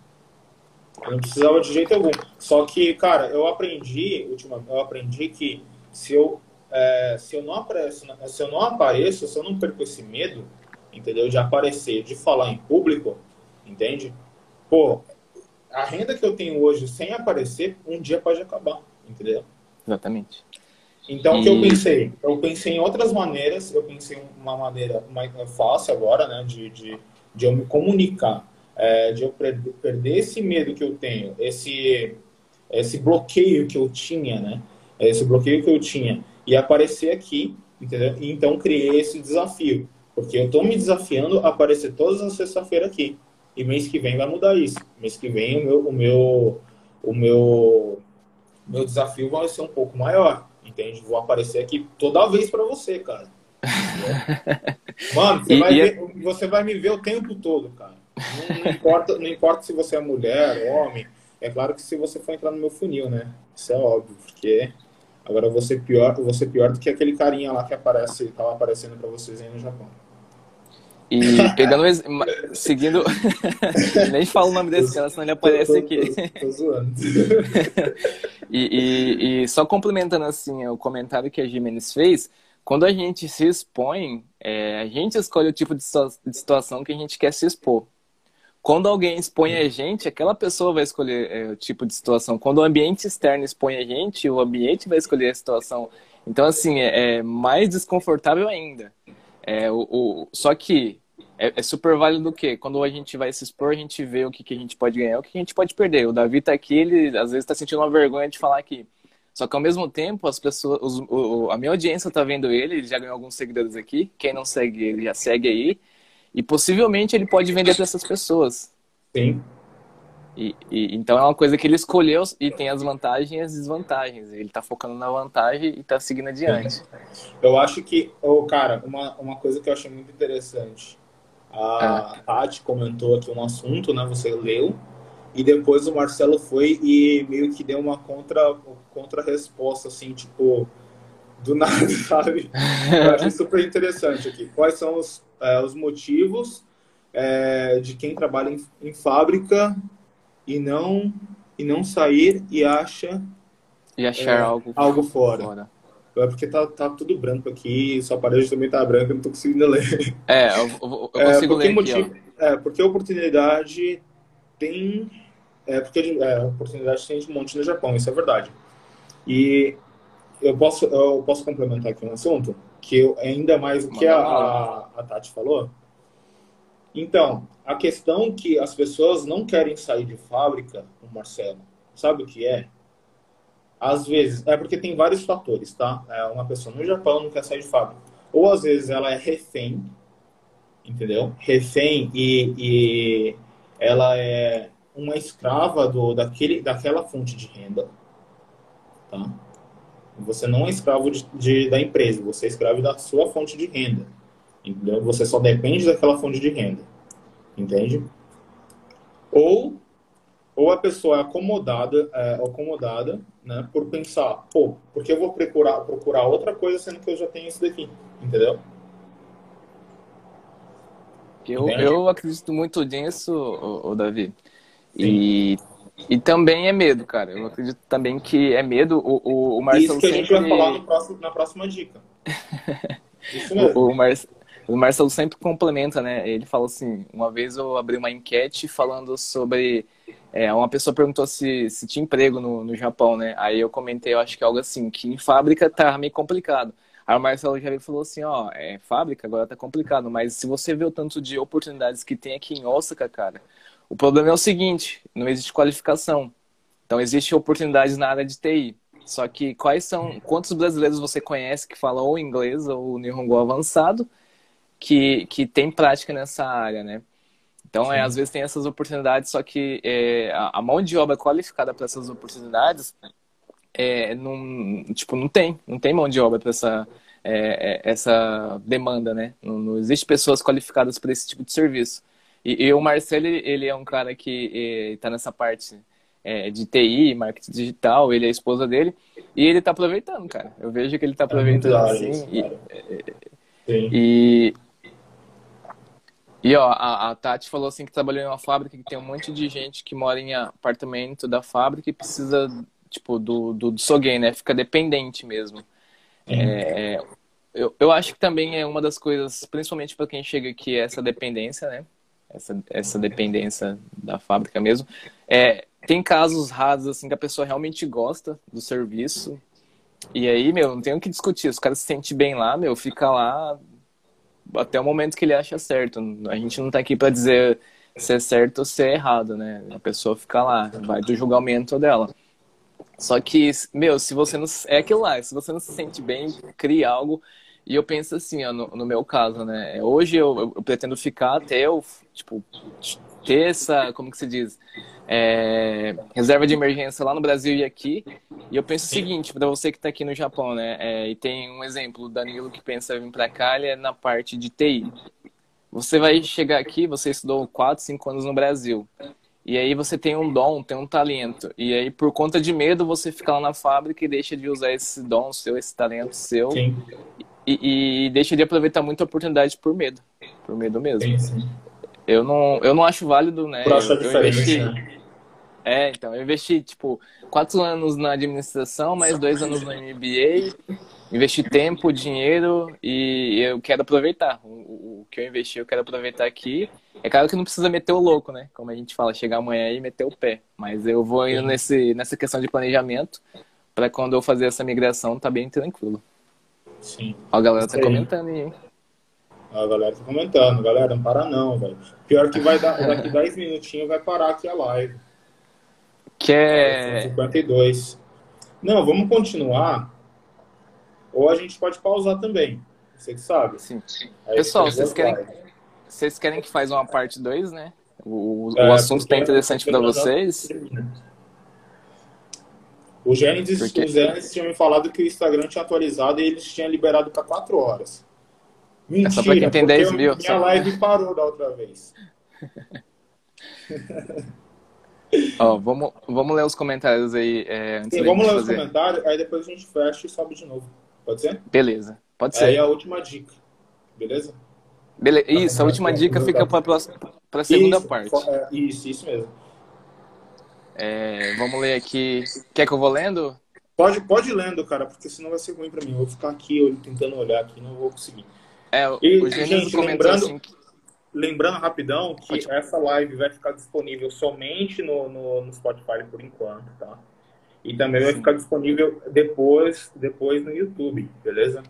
Eu não precisava de jeito algum. Só que, cara, eu aprendi, última, eu aprendi que se eu é, se eu não apareço, se eu não apareço, se eu não perco esse medo, entendeu? De aparecer, de falar em público, entende? Pô, a renda que eu tenho hoje sem aparecer, um dia pode acabar, entendeu? Exatamente. Então, o que eu E pensei? Eu pensei em outras maneiras, eu pensei em uma maneira mais fácil agora, né, de, de, de eu me comunicar, é, de eu perder, perder esse medo que eu tenho, esse, esse bloqueio que eu tinha, né, esse bloqueio que eu tinha, e aparecer aqui, entendeu? E então, criei esse desafio, porque eu estou me desafiando a aparecer todas as sexta-feiras aqui, e mês que vem vai mudar isso. Mês que vem o meu, o meu, o meu meu desafio vai ser um pouco maior, entende? Vou aparecer aqui toda vez para você, cara. Entendeu? Mano, você e, vai e é- ver, você vai me ver o tempo todo, cara. Não, não importa, não importa se você é mulher, homem. É claro que se você for entrar no meu funil, né? Isso é óbvio, porque agora eu vou ser pior, eu vou ser pior do que aquele carinha lá que aparece, tava aparecendo para vocês aí no Japão. e pegando, o ex- ma- seguindo, nem falo o nome desse cara, senão ele Tô, aparece tô, aqui. tô, tô zoando. E, e, e só complementando assim o comentário que a Jimenez fez, quando a gente se expõe, é, a gente escolhe o tipo de, situa- de situação que a gente quer se expor. Quando alguém expõe a gente, aquela pessoa vai escolher é, o tipo de situação. Quando o ambiente externo expõe a gente, o ambiente vai escolher a situação. Então, assim, é, é mais desconfortável ainda. É, o, o, só que é, é super válido o quê? Quando a gente vai se expor, a gente vê o que, que a gente pode ganhar, o que a gente pode perder. O Davi tá aqui, ele às vezes tá sentindo uma vergonha de falar aqui. Só que ao mesmo tempo, as pessoas, os, o, a minha audiência tá vendo ele, ele já ganhou alguns seguidores aqui. Quem não segue ele já segue aí. E possivelmente ele pode vender para essas pessoas. Sim. E, e- então é uma coisa que ele escolheu e tem as vantagens e as desvantagens. Ele tá focando na vantagem e tá seguindo adiante. Eu acho que, oh, cara, uma, uma coisa que eu achei muito interessante. Ah, A Tati comentou aqui um assunto, né? Você leu, e depois o Marcelo foi e meio que deu uma contra, contra-resposta, assim, tipo, do nada, sabe? Eu achei super interessante aqui. Quais são os, é, os motivos é, de quem trabalha em, em fábrica e não, e não sair e acha e achar algo algo fora? fora. É porque tá, tá tudo branco aqui, sua parede também tá branca, eu não tô conseguindo ler. É, eu, eu- eu É, consigo porque ler aqui, ó. motivo, é, porque oportunidade tem, é, porque é, oportunidade tem de monte no Japão, isso é verdade. E eu posso, eu posso complementar aqui um assunto, que eu, ainda mais o que a, Manda bala. a, a Tati falou. Então, a questão que as pessoas não querem sair de fábrica, o Marcelo, sabe o que é? Às vezes, é porque tem vários fatores, tá? É, uma pessoa no Japão não quer sair de fábrica. Ou às vezes ela é refém, entendeu? Refém e, e ela é uma escrava do, daquele, daquela fonte de renda, tá? Você não é escravo de, de, da empresa, você é escravo da sua fonte de renda, entendeu? Você só depende daquela fonte de renda, entende? Ou, ou a pessoa é acomodada, é, acomodada, né, por pensar, pô, por que eu vou procurar, procurar outra coisa sendo que eu já tenho isso daqui, entendeu? Eu, Entende? eu acredito muito nisso, ô, ô, Davi. Sim. E, e também é medo, cara. Eu acredito também que é medo. O, o, o Isso Marcelo que a gente vai falar no sempre. próximo, na próxima dica. Isso O, mesmo. o, Mar, o Marcelo sempre complementa, né? Ele fala assim: uma vez eu abri uma enquete falando sobre. É, uma pessoa perguntou se, se tinha emprego no, no Japão, né? Aí eu comentei, eu acho que algo assim, que em fábrica tá meio complicado. Aí o Marcelo já veio e falou assim: ó, é fábrica, agora tá complicado, mas se você vê o tanto de oportunidades que tem aqui em Osaka, cara, o problema é o seguinte: não existe qualificação. Então, existem oportunidades na área de T I. Só que quais são, quantos brasileiros você conhece que falam ou inglês ou Nihongo avançado que, que tem prática nessa área, né? Então, é, às Sim. vezes tem essas oportunidades, só que é, a, a mão de obra qualificada para essas oportunidades é, não, tipo, não tem, não tem mão de obra para essa, é, é, essa demanda, né? Não, não existe pessoas qualificadas para esse tipo de serviço. E, e o Marcelo, ele, ele é um cara que está nessa parte é, de T I, marketing digital, ele é a esposa dele, e ele está aproveitando, cara. Eu vejo que ele está É muito aproveitando da hora assim, isso, e, cara. Sim. e, e ó, a, a Tati falou assim que trabalhou em uma fábrica que tem um monte de gente que mora em apartamento da fábrica e precisa, tipo, do, do, do Sogen, né? Fica dependente mesmo. Sim. É, eu, eu acho que também é uma das coisas, principalmente para quem chega aqui, é essa dependência, né? Essa, essa dependência da fábrica mesmo. É, tem casos raros, assim, que a pessoa realmente gosta do serviço. E aí, meu, não tem o que discutir. Se o cara se sente bem lá, meu, fica lá até o momento que ele acha certo. A gente não tá aqui para dizer se é certo ou se é errado, né? A pessoa fica lá, vai do julgamento dela. Só que, meu, se você não... É aquilo lá, se você não se sente bem, crie algo. E eu penso assim, ó, no, no meu caso, né? Hoje eu, eu, eu pretendo ficar até eu, tipo, ter essa, como que se diz? É, reserva de emergência lá no Brasil e aqui. E eu penso o Sim. seguinte, para você que está aqui no Japão, né? É, e tem um exemplo, o Danilo que pensa vir para cá, ele é na parte de T I. Você vai chegar aqui, você estudou quatro, cinco anos no Brasil. E aí você tem um dom, tem um talento. E aí, por conta de medo, você fica lá na fábrica e deixa de usar esse dom seu, esse talento seu. Sim. E, e deixa de aproveitar muita oportunidade por medo. Por medo mesmo. Sim, sim. Eu não, eu não acho válido, Por né? achar Eu, eu diferente, investi... né? É, então, eu investi, tipo, quatro anos na administração, mais dois anos no M B A. Investi tempo, dinheiro e eu quero aproveitar. O, o que eu investi, eu quero aproveitar aqui. É claro que não precisa meter o louco, né? Como a gente fala, chegar amanhã e meter o pé. Mas eu vou indo Sim. nesse, nessa questão de planejamento para quando eu fazer essa migração tá bem tranquilo. Sim. Ó, a galera Isso tá aí. comentando aí, hein? A galera tá comentando. Galera, não para não, velho. Pior que vai dar, daqui dez minutinhos vai parar aqui a live. Que É, são é... cinquenta e dois. Não, vamos continuar. Ou a gente pode pausar também. Você que sabe. Sim. Aí a gente Pessoal, faz vocês duas querem, lives. vocês querem que faz uma parte dois, né? O, o É, assunto porque, tá interessante porque para já já vocês. termina. O Gênesis, o Porque Gênesis tinha me falado que o Instagram tinha atualizado e eles tinham liberado para quatro horas. é só para quem Mentira, tem porque dez eu- mil. minha Só... live parou da outra vez. Ó, vamos, vamos ler os comentários aí é, antes Sim, da vamos gente ler os fazer. comentários, aí depois a gente fecha e sobe de novo. Pode ser? Beleza, pode Aí ser. a última dica, beleza? Beleza. Pra Isso, a terminar última aqui, dica fica ó. para a segunda Isso, parte. é, isso, isso mesmo. É, vamos ler aqui. Quer que eu vou lendo? Pode, pode ir lendo, cara, porque senão vai ser ruim pra mim. Eu vou ficar aqui eu, tentando olhar aqui, não vou conseguir. É, o E, o Gênesis gente, comentou lembrando, assim que... lembrando rapidão que Pode... essa live vai ficar disponível somente no, no, no Spotify por enquanto, tá? E também vai Sim. ficar disponível depois, depois no YouTube, beleza?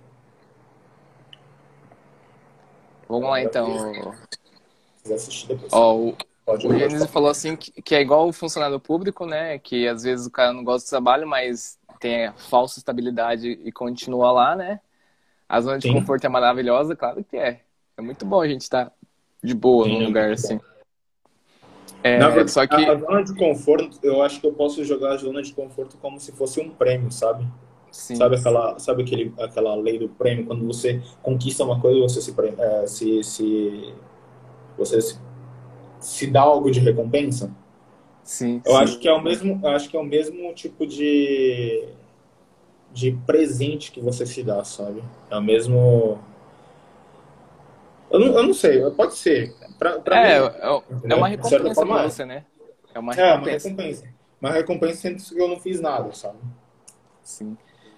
Vamos lá então. Se quiser assistir depois. Ó, o, Pode, o pode Gênesis falar. falou assim que, que é igual o funcionário público, né? Que às vezes o cara não gosta do trabalho, mas tem a falsa estabilidade e continua lá, né? A zona de Sim, conforto é maravilhosa, claro que é. É muito bom a gente estar de boa sim, num é lugar muito assim. bom. Na É, verdade, só a, a que, zona de conforto, eu acho que eu posso jogar a zona de conforto como se fosse um prêmio, sabe? sim, Sabe aquela, sabe aquele, aquela lei do prêmio, quando você conquista uma coisa, você se, pre- é, se, se você se, se dá algo de recompensa? sim, Eu sim, acho que é o mesmo, eu acho que é o mesmo tipo de, de presente que você se dá, sabe? É o mesmo. Eu não, eu não sei, pode ser. Pra, pra mim É, é. é é uma Entendeu? De certa recompensa pra forma é. você, né? É uma É, uma recompensa, recompensa. Uma recompensa sendo que eu não fiz nada, sabe? sim.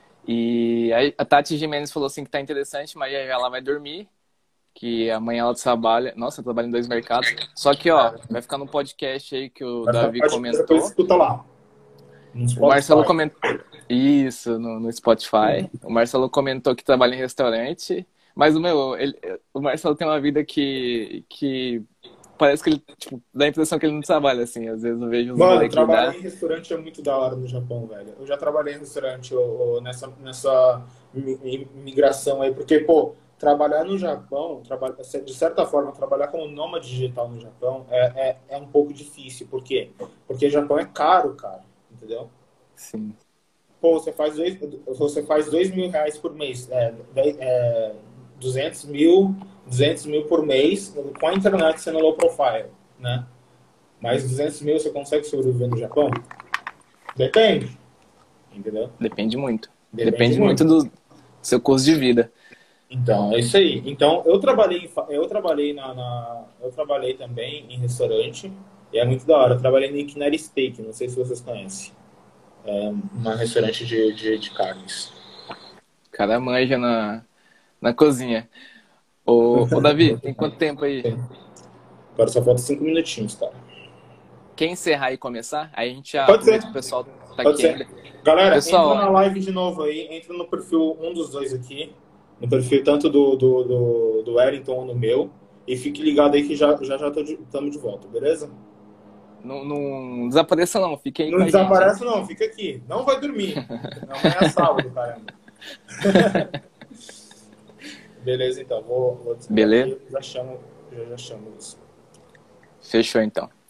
E aí a Tati Jimenez falou assim que tá interessante, mas já já ela vai dormir, que amanhã ela trabalha. Nossa, trabalha em dois mercados. Só que, ó, vai ficar no podcast aí que o Vai ficar Davi pode- depois comentou. escuta lá, no O Marcelo Spotify. comentou. Isso, no, no Spotify. O Marcelo comentou que trabalha em restaurante. Mas o meu, ele, o Marcelo tem uma vida que, que parece que ele, tipo, dá a impressão que ele não trabalha, assim. Às vezes eu vejo uns Mano, rolês que ele trabalhar dá. em restaurante é muito da hora no Japão, velho. Eu já trabalhei em restaurante ô, ô, nessa, nessa mi- mi- migração aí, porque, pô, trabalhar no Japão, trabalhar, de certa forma, trabalhar como nômade digital no Japão é, é, é um pouco difícil. Por quê? Porque o Japão é caro, cara, entendeu? Sim, Pô, você faz dois, você faz dois mil reais por mês, é, dez- é, duzentos mil, duzentos mil por mês, com a internet sendo low profile, né? Mais duzentos mil você consegue sobreviver no Japão? Depende, entendeu? depende muito. Depende Depende muito muito. do seu curso de vida. Então, é isso aí. Então, eu trabalhei, em fa- eu trabalhei na, na- eu trabalhei também em restaurante e é muito da hora. Eu trabalhei no Ikinari Steak, não sei se vocês conhecem. É um restaurante de, de, de carnes. O cara manja na, na cozinha. Ô, ô Davi, tem quanto tempo aí? Agora só falta cinco minutinhos, cara. Quer encerrar e começar? Aí a gente já Pode ser. aproveita que o pessoal tá Pode aqui ser. ainda. Galera, Pessoal, entra na live de novo aí, entra no perfil, um dos dois aqui, no perfil tanto do, do, do, do Wellington ou no meu, e fique ligado aí que já já estamos de, de volta, beleza? não, não desapareça não, fique aí Não com a gente. desaparece não, fica aqui. Não vai dormir. Amanhã é sábado, caramba. Beleza, então. Vou, vou Beleza? aqui, já chamo, já, já chamo isso. Fechou então.